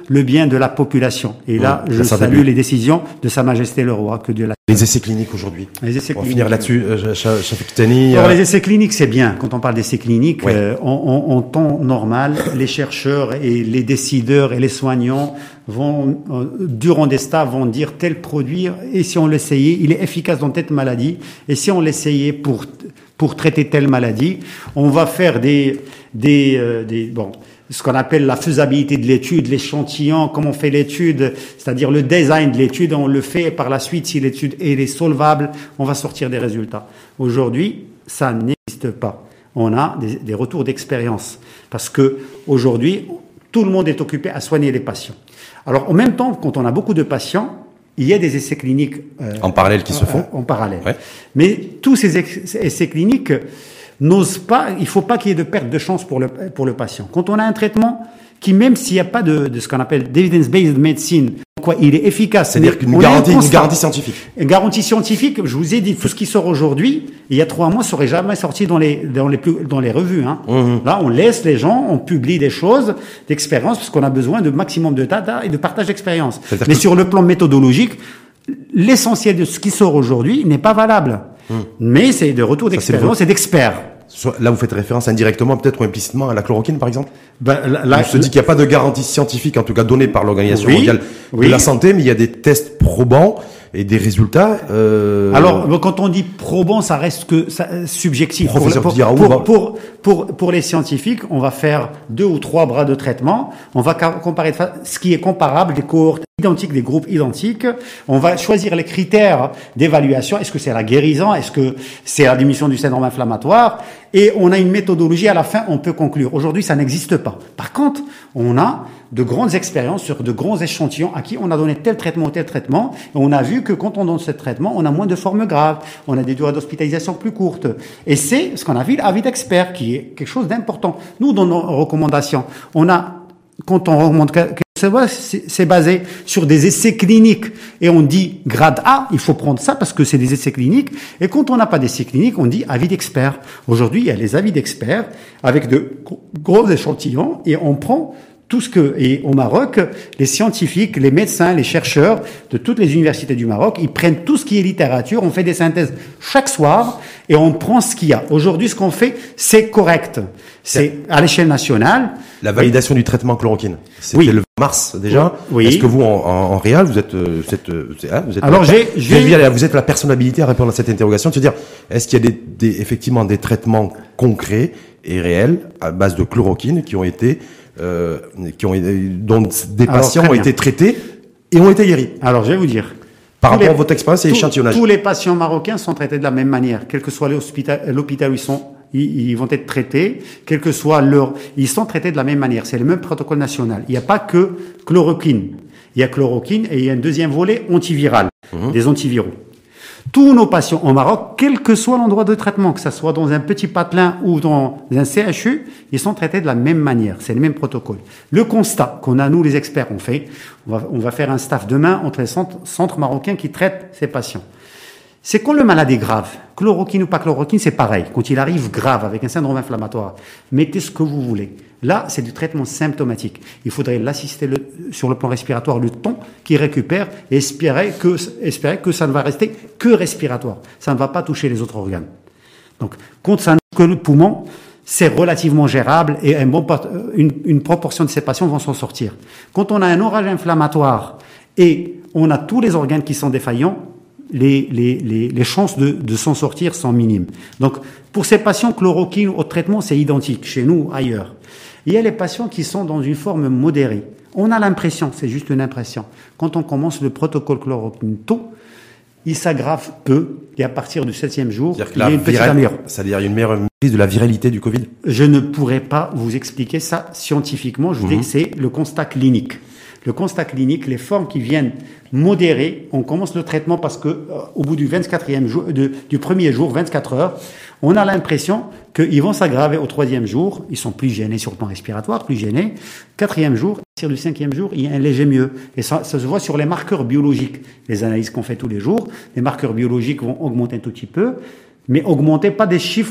le bien de la population. Et là, Mmh, je ça salue débute. les décisions de Sa Majesté le Roi. Que Dieu la... Les essais cliniques aujourd'hui. Les essais On va cliniques. finir là-dessus. Euh, Cha- Chafik Tani, Alors, euh, les essais cliniques, c'est bien. Quand on parle d'essais cliniques, Ouais. euh, en, en- en temps normal, les chercheurs et les décideurs et les soignants vont, euh, durant des stages, vont dire tel produit, et si on l'essayait, il est efficace dans telle maladie, et si on l'essayait pour pour traiter telle maladie, on va faire des des euh, des bon. ce qu'on appelle la faisabilité de l'étude, l'échantillon, comment on fait l'étude, c'est-à-dire le design de l'étude, on le fait et par la suite, si l'étude est solvable, on va sortir des résultats. Aujourd'hui, ça n'existe pas. On a des, des retours d'expérience parce que aujourd'hui, tout le monde est occupé à soigner les patients. Alors, en même temps, quand on a beaucoup de patients, il y a des essais cliniques euh, en parallèle qui se font. En parallèle. Ouais. Mais tous ces ex- essais cliniques n'osent pas, il faut pas qu'il y ait de perte de chance pour le, pour le patient. Quand on a un traitement qui, même s'il n'y a pas de, de ce qu'on appelle d'evidence-based medicine, quoi, il est efficace. C'est-à-dire mais qu'une on est garantie, une inconstant. garantie scientifique. Une garantie scientifique, je vous ai dit, tout ce qui sort aujourd'hui, il y a trois mois, ça aurait jamais sorti dans les, dans les, plus, dans les revues. Hein. Mmh. Là, on laisse les gens, on publie des choses, d'expérience, parce qu'on a besoin de maximum de data et de partage d'expérience. C'est-à-dire Mais que- sur le plan méthodologique, l'essentiel de ce qui sort aujourd'hui n'est pas valable. Mmh. Mais c'est de retour Ça, c'est d'expérience et d'experts. Soit- Là, vous faites référence indirectement, peut-être ou implicitement, à la chloroquine, par exemple. Ben, là, là, On se dit qu'il n'y a pas de garantie scientifique, en tout cas donnée par l'Organisation Oui, mondiale oui. de la santé, mais il y a des tests probants et des résultats. Euh... Alors, bon, quand on dit probant, ça reste que ça, euh, subjectif. Professeur pour, Diarou, pour, va- pour, pour, pour les scientifiques, on va faire deux ou trois bras de traitement. On va ca- comparer de fa- ce qui est comparable, des cohortes identiques, des groupes identiques. On va choisir les critères d'évaluation. Est-ce que c'est la guérison? Est-ce que c'est la diminution du syndrome inflammatoire? Et on a une méthodologie. À la fin, on peut conclure. Aujourd'hui, ça n'existe pas. Par contre, on a de grandes expériences sur de grands échantillons à qui on a donné tel traitement ou tel traitement. Et on a vu que quand on donne ce traitement, on a moins de formes graves. On a des durées d'hospitalisation plus courtes. Et c'est ce qu'on a vu l'avis d'expert, qui est quelque chose d'important. Nous, dans nos recommandations, on a, quand on recommande c'est c'est basé sur des essais cliniques. Et on dit grade A, il faut prendre ça parce que c'est des essais cliniques. Et quand on n'a pas d'essais cliniques, on dit avis d'experts. Aujourd'hui, il y a les avis d'experts avec de gros échantillons et on prend tout ce que, et au Maroc, les scientifiques, les médecins, les chercheurs de toutes les universités du Maroc, ils prennent tout ce qui est littérature, on fait des synthèses chaque soir et on prend ce qu'il y a. Aujourd'hui, ce qu'on fait, c'est correct. C'est à l'échelle nationale. La validation du traitement chloroquine. C'était Oui. le mars déjà. Oui. Est-ce que vous, en, en, en réel, vous êtes, euh, vous êtes, euh, c'est- hein, vous êtes, Alors, j'ai- vous j'ai- êtes- vous êtes la personnalité à répondre à cette interrogation, de se dire, est-ce qu'il y a des, des, effectivement des traitements concrets et réels à base de chloroquine qui ont été, euh, qui ont, dont des Alors, patients très ont bien. été traités et ont été guéris. Alors, je vais vous dire. Par Tous rapport les- à votre expérience et tous- échantillonnage. Tous les patients marocains sont traités de la même manière, quel que soit l'hôpital l'hôpital où ils sont, ils, ils vont être traités, quel que soit leur, ils sont traités de la même manière. C'est le même protocole national. Il n'y a pas que chloroquine. Il y a chloroquine et il y a un deuxième volet antiviral, Mhm. des antiviraux. Tous nos patients au Maroc, quel que soit l'endroit de traitement, que ce soit dans un petit patelin ou dans un C H U, ils sont traités de la même manière. C'est le même protocole. Le constat qu'on a, nous les experts, on fait, on va, on va faire un staff demain entre les centres, centres marocains qui traitent ces patients. C'est quand le malade est grave, chloroquine ou pas chloroquine, c'est pareil. Quand il arrive grave avec un syndrome inflammatoire, mettez ce que vous voulez. Là, c'est du traitement symptomatique. Il faudrait l'assister le, sur le plan respiratoire le temps qu'il récupère et espérer que, espérer que ça ne va rester que respiratoire. Ça ne va pas toucher les autres organes. Donc, quand ça ne touche que le poumon, c'est relativement gérable et un bon, une, une proportion de ces patients vont s'en sortir. Quand on a un orage inflammatoire et on a tous les organes qui sont défaillants, Les, les, les, les chances de, de s'en sortir sont minimes. Donc, pour ces patients, chloroquine au traitement, c'est identique, chez nous, ailleurs. Il y a les patients qui sont dans une forme modérée. On a l'impression, c'est juste une impression, quand on commence le protocole chloroquine tôt, il s'aggrave peu, et à partir du septième jour, C'est-à-dire que il y a la une petite virale- amélioration. c'est-à-dire une meilleure maîtrise de la viralité du Covid. Je ne pourrais pas vous expliquer ça scientifiquement, je vous dis, c'est le constat clinique. Le constat clinique, les formes qui viennent modérées, on commence le traitement parce que euh, au bout du vingt-quatrième jour, de, du premier jour, vingt-quatre heures, on a l'impression qu'ils vont s'aggraver au troisième jour. Ils sont plus gênés sur le plan respiratoire, plus gênés. Quatrième jour, à partir du cinquième jour, il y a un léger mieux. Et ça, ça se voit sur les marqueurs biologiques. Les analyses qu'on fait tous les jours, les marqueurs biologiques vont augmenter un tout petit peu, mais augmenter pas des chiffres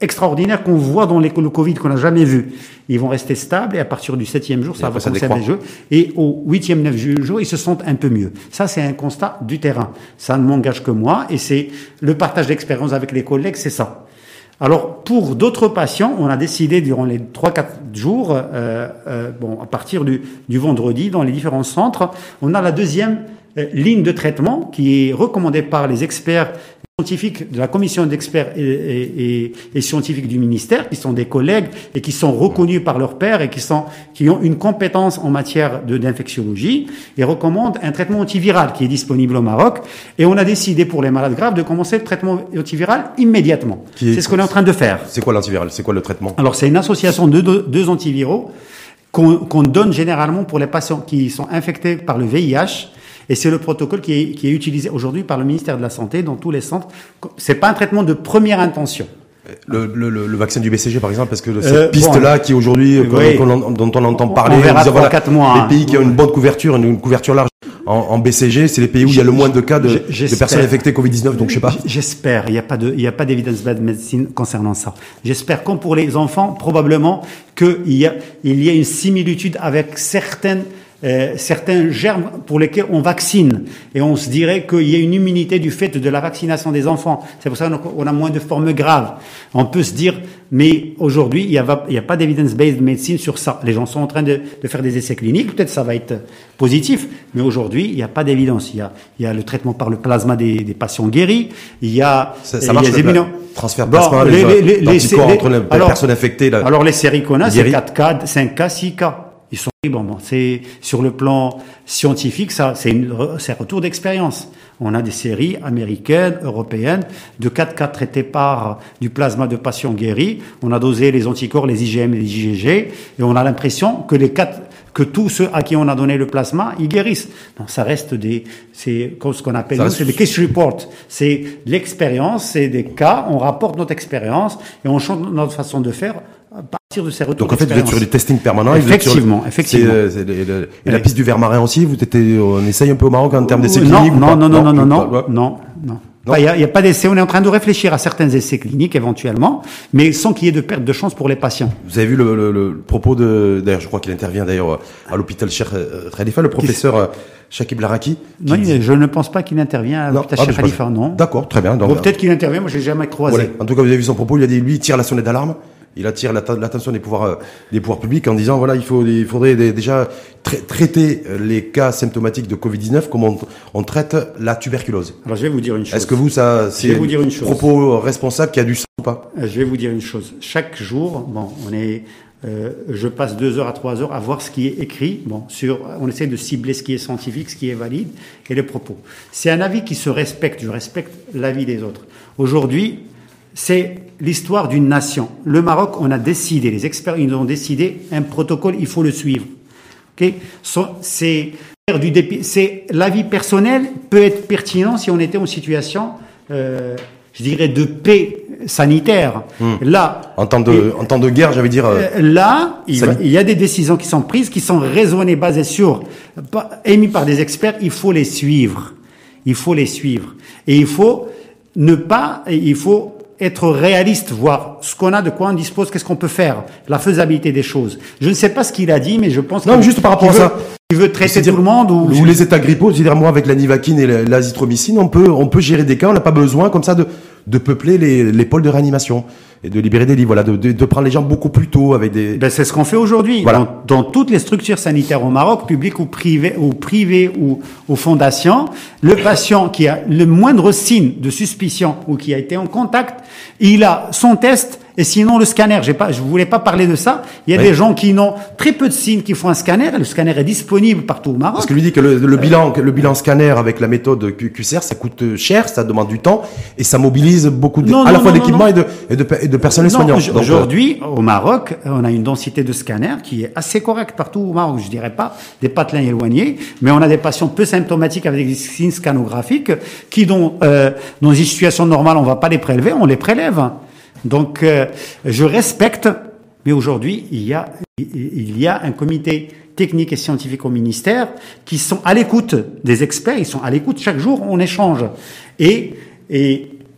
extraordinaires qu'on voit dans les, le Covid, qu'on n'a jamais vu. Ils vont rester stables et à partir du septième jour, ça va commencer à jouer. Et au huitième, neuvième jour, ils se sentent un peu mieux. Ça, c'est un constat du terrain. Ça ne m'engage que moi et c'est le partage d'expérience avec les collègues, c'est ça. Alors, pour d'autres patients, on a décidé durant les trois quatre jours, euh, euh, bon, à partir du, du vendredi, dans les différents centres, on a la deuxième euh, ligne de traitement qui est recommandée par les experts scientifiques de la commission d'experts et, et, et, et scientifiques du ministère, qui sont des collègues et qui sont reconnus par leurs pairs et qui sont qui ont une compétence en matière de d'infectiologie et recommandent un traitement antiviral qui est disponible au Maroc. Et on a décidé pour les malades graves de commencer le traitement antiviral immédiatement. Est, c'est ce qu'on est en train de faire. C'est quoi l'antiviral? C'est quoi le traitement? Alors c'est une association de deux, deux antiviraux qu'on, qu'on donne généralement pour les patients qui sont infectés par le V I H. Et c'est le protocole qui est, qui est utilisé aujourd'hui par le ministère de la Santé dans tous les centres. C'est pas un traitement de première intention. Le, le, le vaccin du B C G, par exemple, parce que cette euh, piste-là, bon, qui aujourd'hui, oui, dont on entend parler, on verra disant, voilà, quatre mois, les hein. pays qui ont une bonne couverture, une, une couverture large en, en B C G, c'est les pays où il y a le moins de cas de, de personnes infectées Covid dix-neuf, donc je sais pas. J'espère. Il n'y a pas de, il n'y a pas d'évidence-based medicine concernant ça. J'espère, comme pour les enfants, probablement qu'il y a, il y a une similitude avec certaines Euh, certains germes pour lesquels on vaccine. Et on se dirait qu'il y a une immunité du fait de la vaccination des enfants. C'est pour ça qu'on a moins de formes graves. On peut se dire, mais aujourd'hui, il n'y a, a pas d'evidence-based medicine sur ça. Les gens sont en train de, de faire des essais cliniques. Peut-être ça va être positif. Mais aujourd'hui, il n'y a pas d'évidence. Il y a, il y a le traitement par le plasma des, des patients guéris. Il y a, ça, ça marche, il y a le immuno... transfert de plasma, bon, les, les, les, les, les, entre les alors, personnes infectées. Là, alors, les séries qu'on a, c'est quatre cas, cinq cas, six cas. Ils sont bon, bon, c'est sur le plan scientifique, ça, c'est une, c'est un retour d'expérience. On a des séries américaines, européennes, de quatre cas traités par du plasma de patients guéris. On a dosé les anticorps, les I G M et les I G G, et on a l'impression que les quatre, que tous ceux à qui on a donné le plasma, ils guérissent. Non, ça reste des, c'est comme ce qu'on appelle, nous, c'est des case reports. C'est l'expérience, c'est des cas, on rapporte notre expérience et on change notre façon de faire. À partir de ces retours. Donc en fait, vous êtes sur des testings permanents. Effectivement, sur... effectivement. C'est, c'est, c'est, et, et la piste du ver marin aussi, vous êtes, on essaye un peu au Maroc en termes d'essais non, cliniques non, ou non, non, non, non, non, non, non, non. Il n'y a, y a pas d'essai. On est en train de réfléchir à certains essais cliniques éventuellement, mais sans qu'il y ait de perte de chance pour les patients. Vous avez vu le, le, le propos de, d'ailleurs, je crois qu'il intervient d'ailleurs à l'hôpital Cheikh Khalifa, le professeur Shakib Laraki. Non, dit... je ne pense pas qu'il intervient à l'hôpital Cheikh ah, Khalifa, non. D'accord, très bien. Donc, bon, peut-être qu'il intervient, moi je l'ai jamais croisé. Voilà. En tout cas, vous avez vu son propos, il a dit, lui, il tire la sonnette d'alarme. Il attire l'attention des pouvoirs, euh, des pouvoirs publics en disant voilà, il faut, il faudrait déjà tra- traiter les cas symptomatiques de Covid dix-neuf comme on, on traite la tuberculose. Alors je vais vous dire une chose. Est-ce que vous, ça, c'est un propos responsable qui a du sens ou pas? Je vais vous dire une chose. Chaque jour, bon, on est, euh, je passe deux heures à trois heures à voir ce qui est écrit. Bon, sur, on essaie de cibler ce qui est scientifique, ce qui est valide et les propos. C'est un avis qui se respecte. Je respecte l'avis des autres. Aujourd'hui, c'est l'histoire d'une nation. Le Maroc, on a décidé, les experts, ils ont décidé un protocole, il faut le suivre. Okay? C'est, du dépit, c'est l'avis personnel peut être pertinent si on était en situation, euh, je dirais, de paix sanitaire. Mmh. Là, en temps de, et, en temps de guerre, j'avais dire. Euh, là, il, va, il y a des décisions qui sont prises, qui sont raisonnées, basées sur, émises par des experts. Il faut les suivre. Il faut les suivre. Et il faut ne pas, il faut être réaliste, voir ce qu'on a, de quoi on dispose, qu'est-ce qu'on peut faire, la faisabilité des choses. Je ne sais pas ce qu'il a dit, mais je pense non, juste par rapport à ça. Il veut traiter tout le monde ou, ou les états grippaux, c'est-à-dire moi avec la Nivaquine et l'azithromycine, on peut on peut gérer des cas, on n'a pas besoin comme ça de de peupler les, les pôles de réanimation et de libérer des lits, voilà, de, de, de prendre les gens beaucoup plus tôt avec des. Ben c'est ce qu'on fait aujourd'hui. Voilà. Dans, dans toutes les structures sanitaires au Maroc, publiques ou privées, ou privées ou aux fondations, le patient qui a le moindre signe de suspicion ou qui a été en contact, il a son test. Et sinon, le scanner, j'ai pas, je voulais pas parler de ça. Il y a oui. des gens qui n'ont très peu de signes qui font un scanner. Et le scanner est disponible partout au Maroc. Parce que lui dit que le, le bilan, le bilan scanner avec la méthode Q C R, ça coûte cher, ça demande du temps et ça mobilise beaucoup de, non, à non, la fois d'équipements et de, et de, et de personnel soignant. Aujourd'hui, euh... au Maroc, on a une densité de scanners qui est assez correcte partout au Maroc. Je dirais pas des patelins éloignés, mais on a des patients peu symptomatiques avec des signes scanographiques qui, dans, euh, dans une situation normale, on va pas les prélever, on les prélève. Donc, euh, je respecte, mais aujourd'hui, il y a, il y a un comité technique et scientifique au ministère qui sont à l'écoute des experts, ils sont à l'écoute chaque jour, on échange. Et, et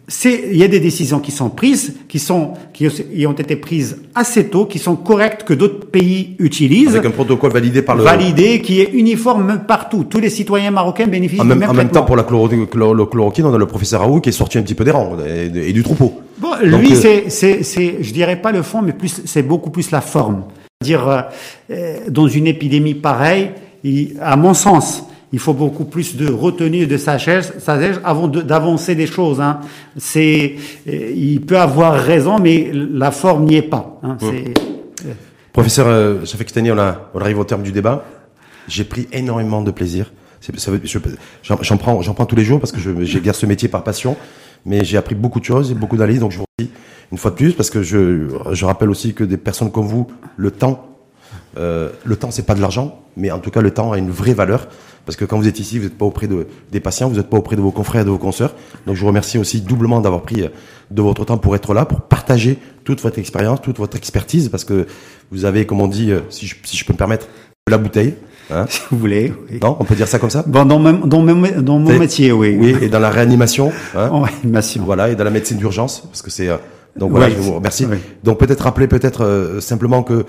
c'est, il y a des décisions qui sont prises, qui sont, qui ont été prises assez tôt, qui sont correctes, que d'autres pays utilisent. Avec un protocole validé par le... Validé, qui est uniforme partout. Tous les citoyens marocains bénéficient en même, du même En traitement. même temps, pour la chloro- chloro- le chloroquine, on a le professeur Raoult qui est sorti un petit peu des rangs et, et du troupeau. Bon, Donc, lui, euh, c'est, c'est, c'est, je dirais pas le fond, mais plus, c'est beaucoup plus la forme. C'est-à-dire, euh, dans une épidémie pareille, il, à mon sens, il faut beaucoup plus de retenue, de sagesse, sagesse avant de, d'avancer des choses. Hein. C'est, euh, il peut avoir raison, mais la forme n'y est pas. Hein. Mmh. C'est, euh, Professeur euh, Shafik Stani, on, a, on arrive au terme du débat. J'ai pris énormément de plaisir. C'est, ça veut, je, j'en, j'en, prends, j'en prends tous les jours parce que je, j'exerce ce métier par passion. Mais j'ai appris beaucoup de choses et beaucoup d'analyses. Donc je vous remercie une fois de plus parce que je, je rappelle aussi que des personnes comme vous, le temps, euh, le temps c'est pas de l'argent, mais en tout cas le temps a une vraie valeur. Parce que quand vous êtes ici, vous n'êtes pas auprès de, des patients, vous n'êtes pas auprès de vos confrères et de vos consoeurs. Donc je vous remercie aussi doublement d'avoir pris de votre temps pour être là, pour partager toute votre expérience, toute votre expertise, parce que vous avez, comme on dit, si je, si je peux me permettre, de la bouteille. Hein. Si vous voulez. Oui. Non, on peut dire ça comme ça. Bon, dans, mon, dans, mon, dans mon métier, oui. Oui, et dans la réanimation. Hein. En réanimation. Voilà, et dans la médecine d'urgence, parce que c'est. Euh, donc voilà, oui, je vous remercie. Oui. Donc peut-être rappeler peut-être euh, simplement que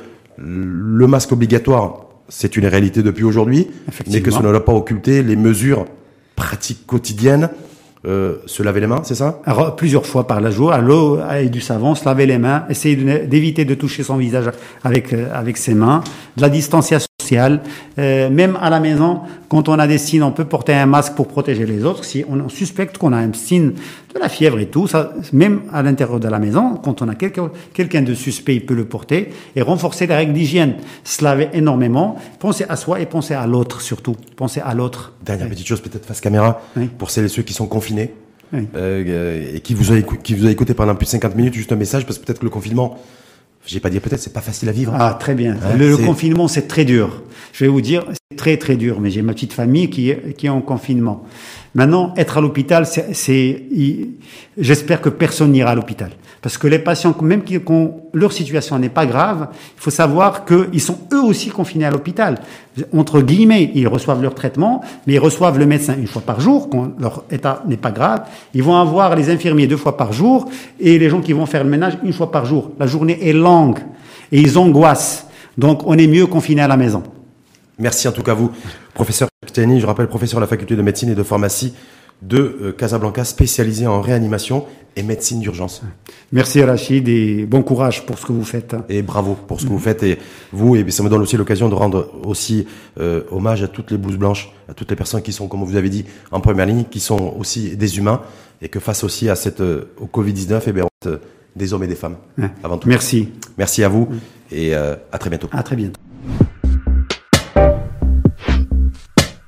le masque obligatoire, c'est une réalité depuis aujourd'hui, mais que ça ne doit pas occulter les mesures pratiques quotidiennes. Euh, se laver les mains, c'est ça? Alors, plusieurs fois par la jour, à l'eau et du savon, se laver les mains, essayer de, d'éviter de toucher son visage avec euh, avec ses mains, de la distanciation sociale, euh, même à la maison, quand on a des signes, on peut porter un masque pour protéger les autres. Si on suspecte qu'on a un signe de la fièvre et tout, ça, même à l'intérieur de la maison, quand on a quelqu'un quelqu'un de suspect, il peut le porter et renforcer les règles d'hygiène, se laver énormément, penser à soi et penser à l'autre surtout, penser à l'autre. Dernière oui. petite chose, peut-être face caméra, oui. pour celles et ceux qui sont confinés. Oui. Euh, et qui vous a écouté, qui vous a écouté pendant plus de cinquante minutes, juste un message, parce que peut-être que le confinement, j'ai pas dit peut-être, c'est pas facile à vivre. Ah, très bien. Hein, le, le confinement, c'est très dur. Je vais vous dire, c'est très très dur, mais j'ai ma petite famille qui est, qui est en confinement. Maintenant, être à l'hôpital, c'est, c'est, j'espère que personne n'ira à l'hôpital. Parce que les patients, même qui, quand leur situation n'est pas grave, il faut savoir qu'ils sont eux aussi confinés à l'hôpital. Entre guillemets, ils reçoivent leur traitement, mais ils reçoivent le médecin une fois par jour, quand leur état n'est pas grave. Ils vont avoir les infirmiers deux fois par jour, et les gens qui vont faire le ménage une fois par jour. La journée est longue, et ils angoissent. Donc, on est mieux confiné à la maison. Merci en tout cas à vous, professeur Stani, je rappelle professeur à la faculté de médecine et de pharmacie de euh, Casablanca, spécialisé en réanimation et médecine d'urgence. Merci Rachid et bon courage pour ce que vous faites. Et bravo pour ce que vous faites et vous, et ça me donne aussi l'occasion de rendre aussi euh, hommage à toutes les blouses blanches, à toutes les personnes qui sont, comme vous avez dit, en première ligne, qui sont aussi des humains et que face aussi à cette euh, au covid dix-neuf, eh bien, on est, euh, des hommes et des femmes Ouais. avant tout. Merci. Merci à vous et euh, à très bientôt. À très bientôt.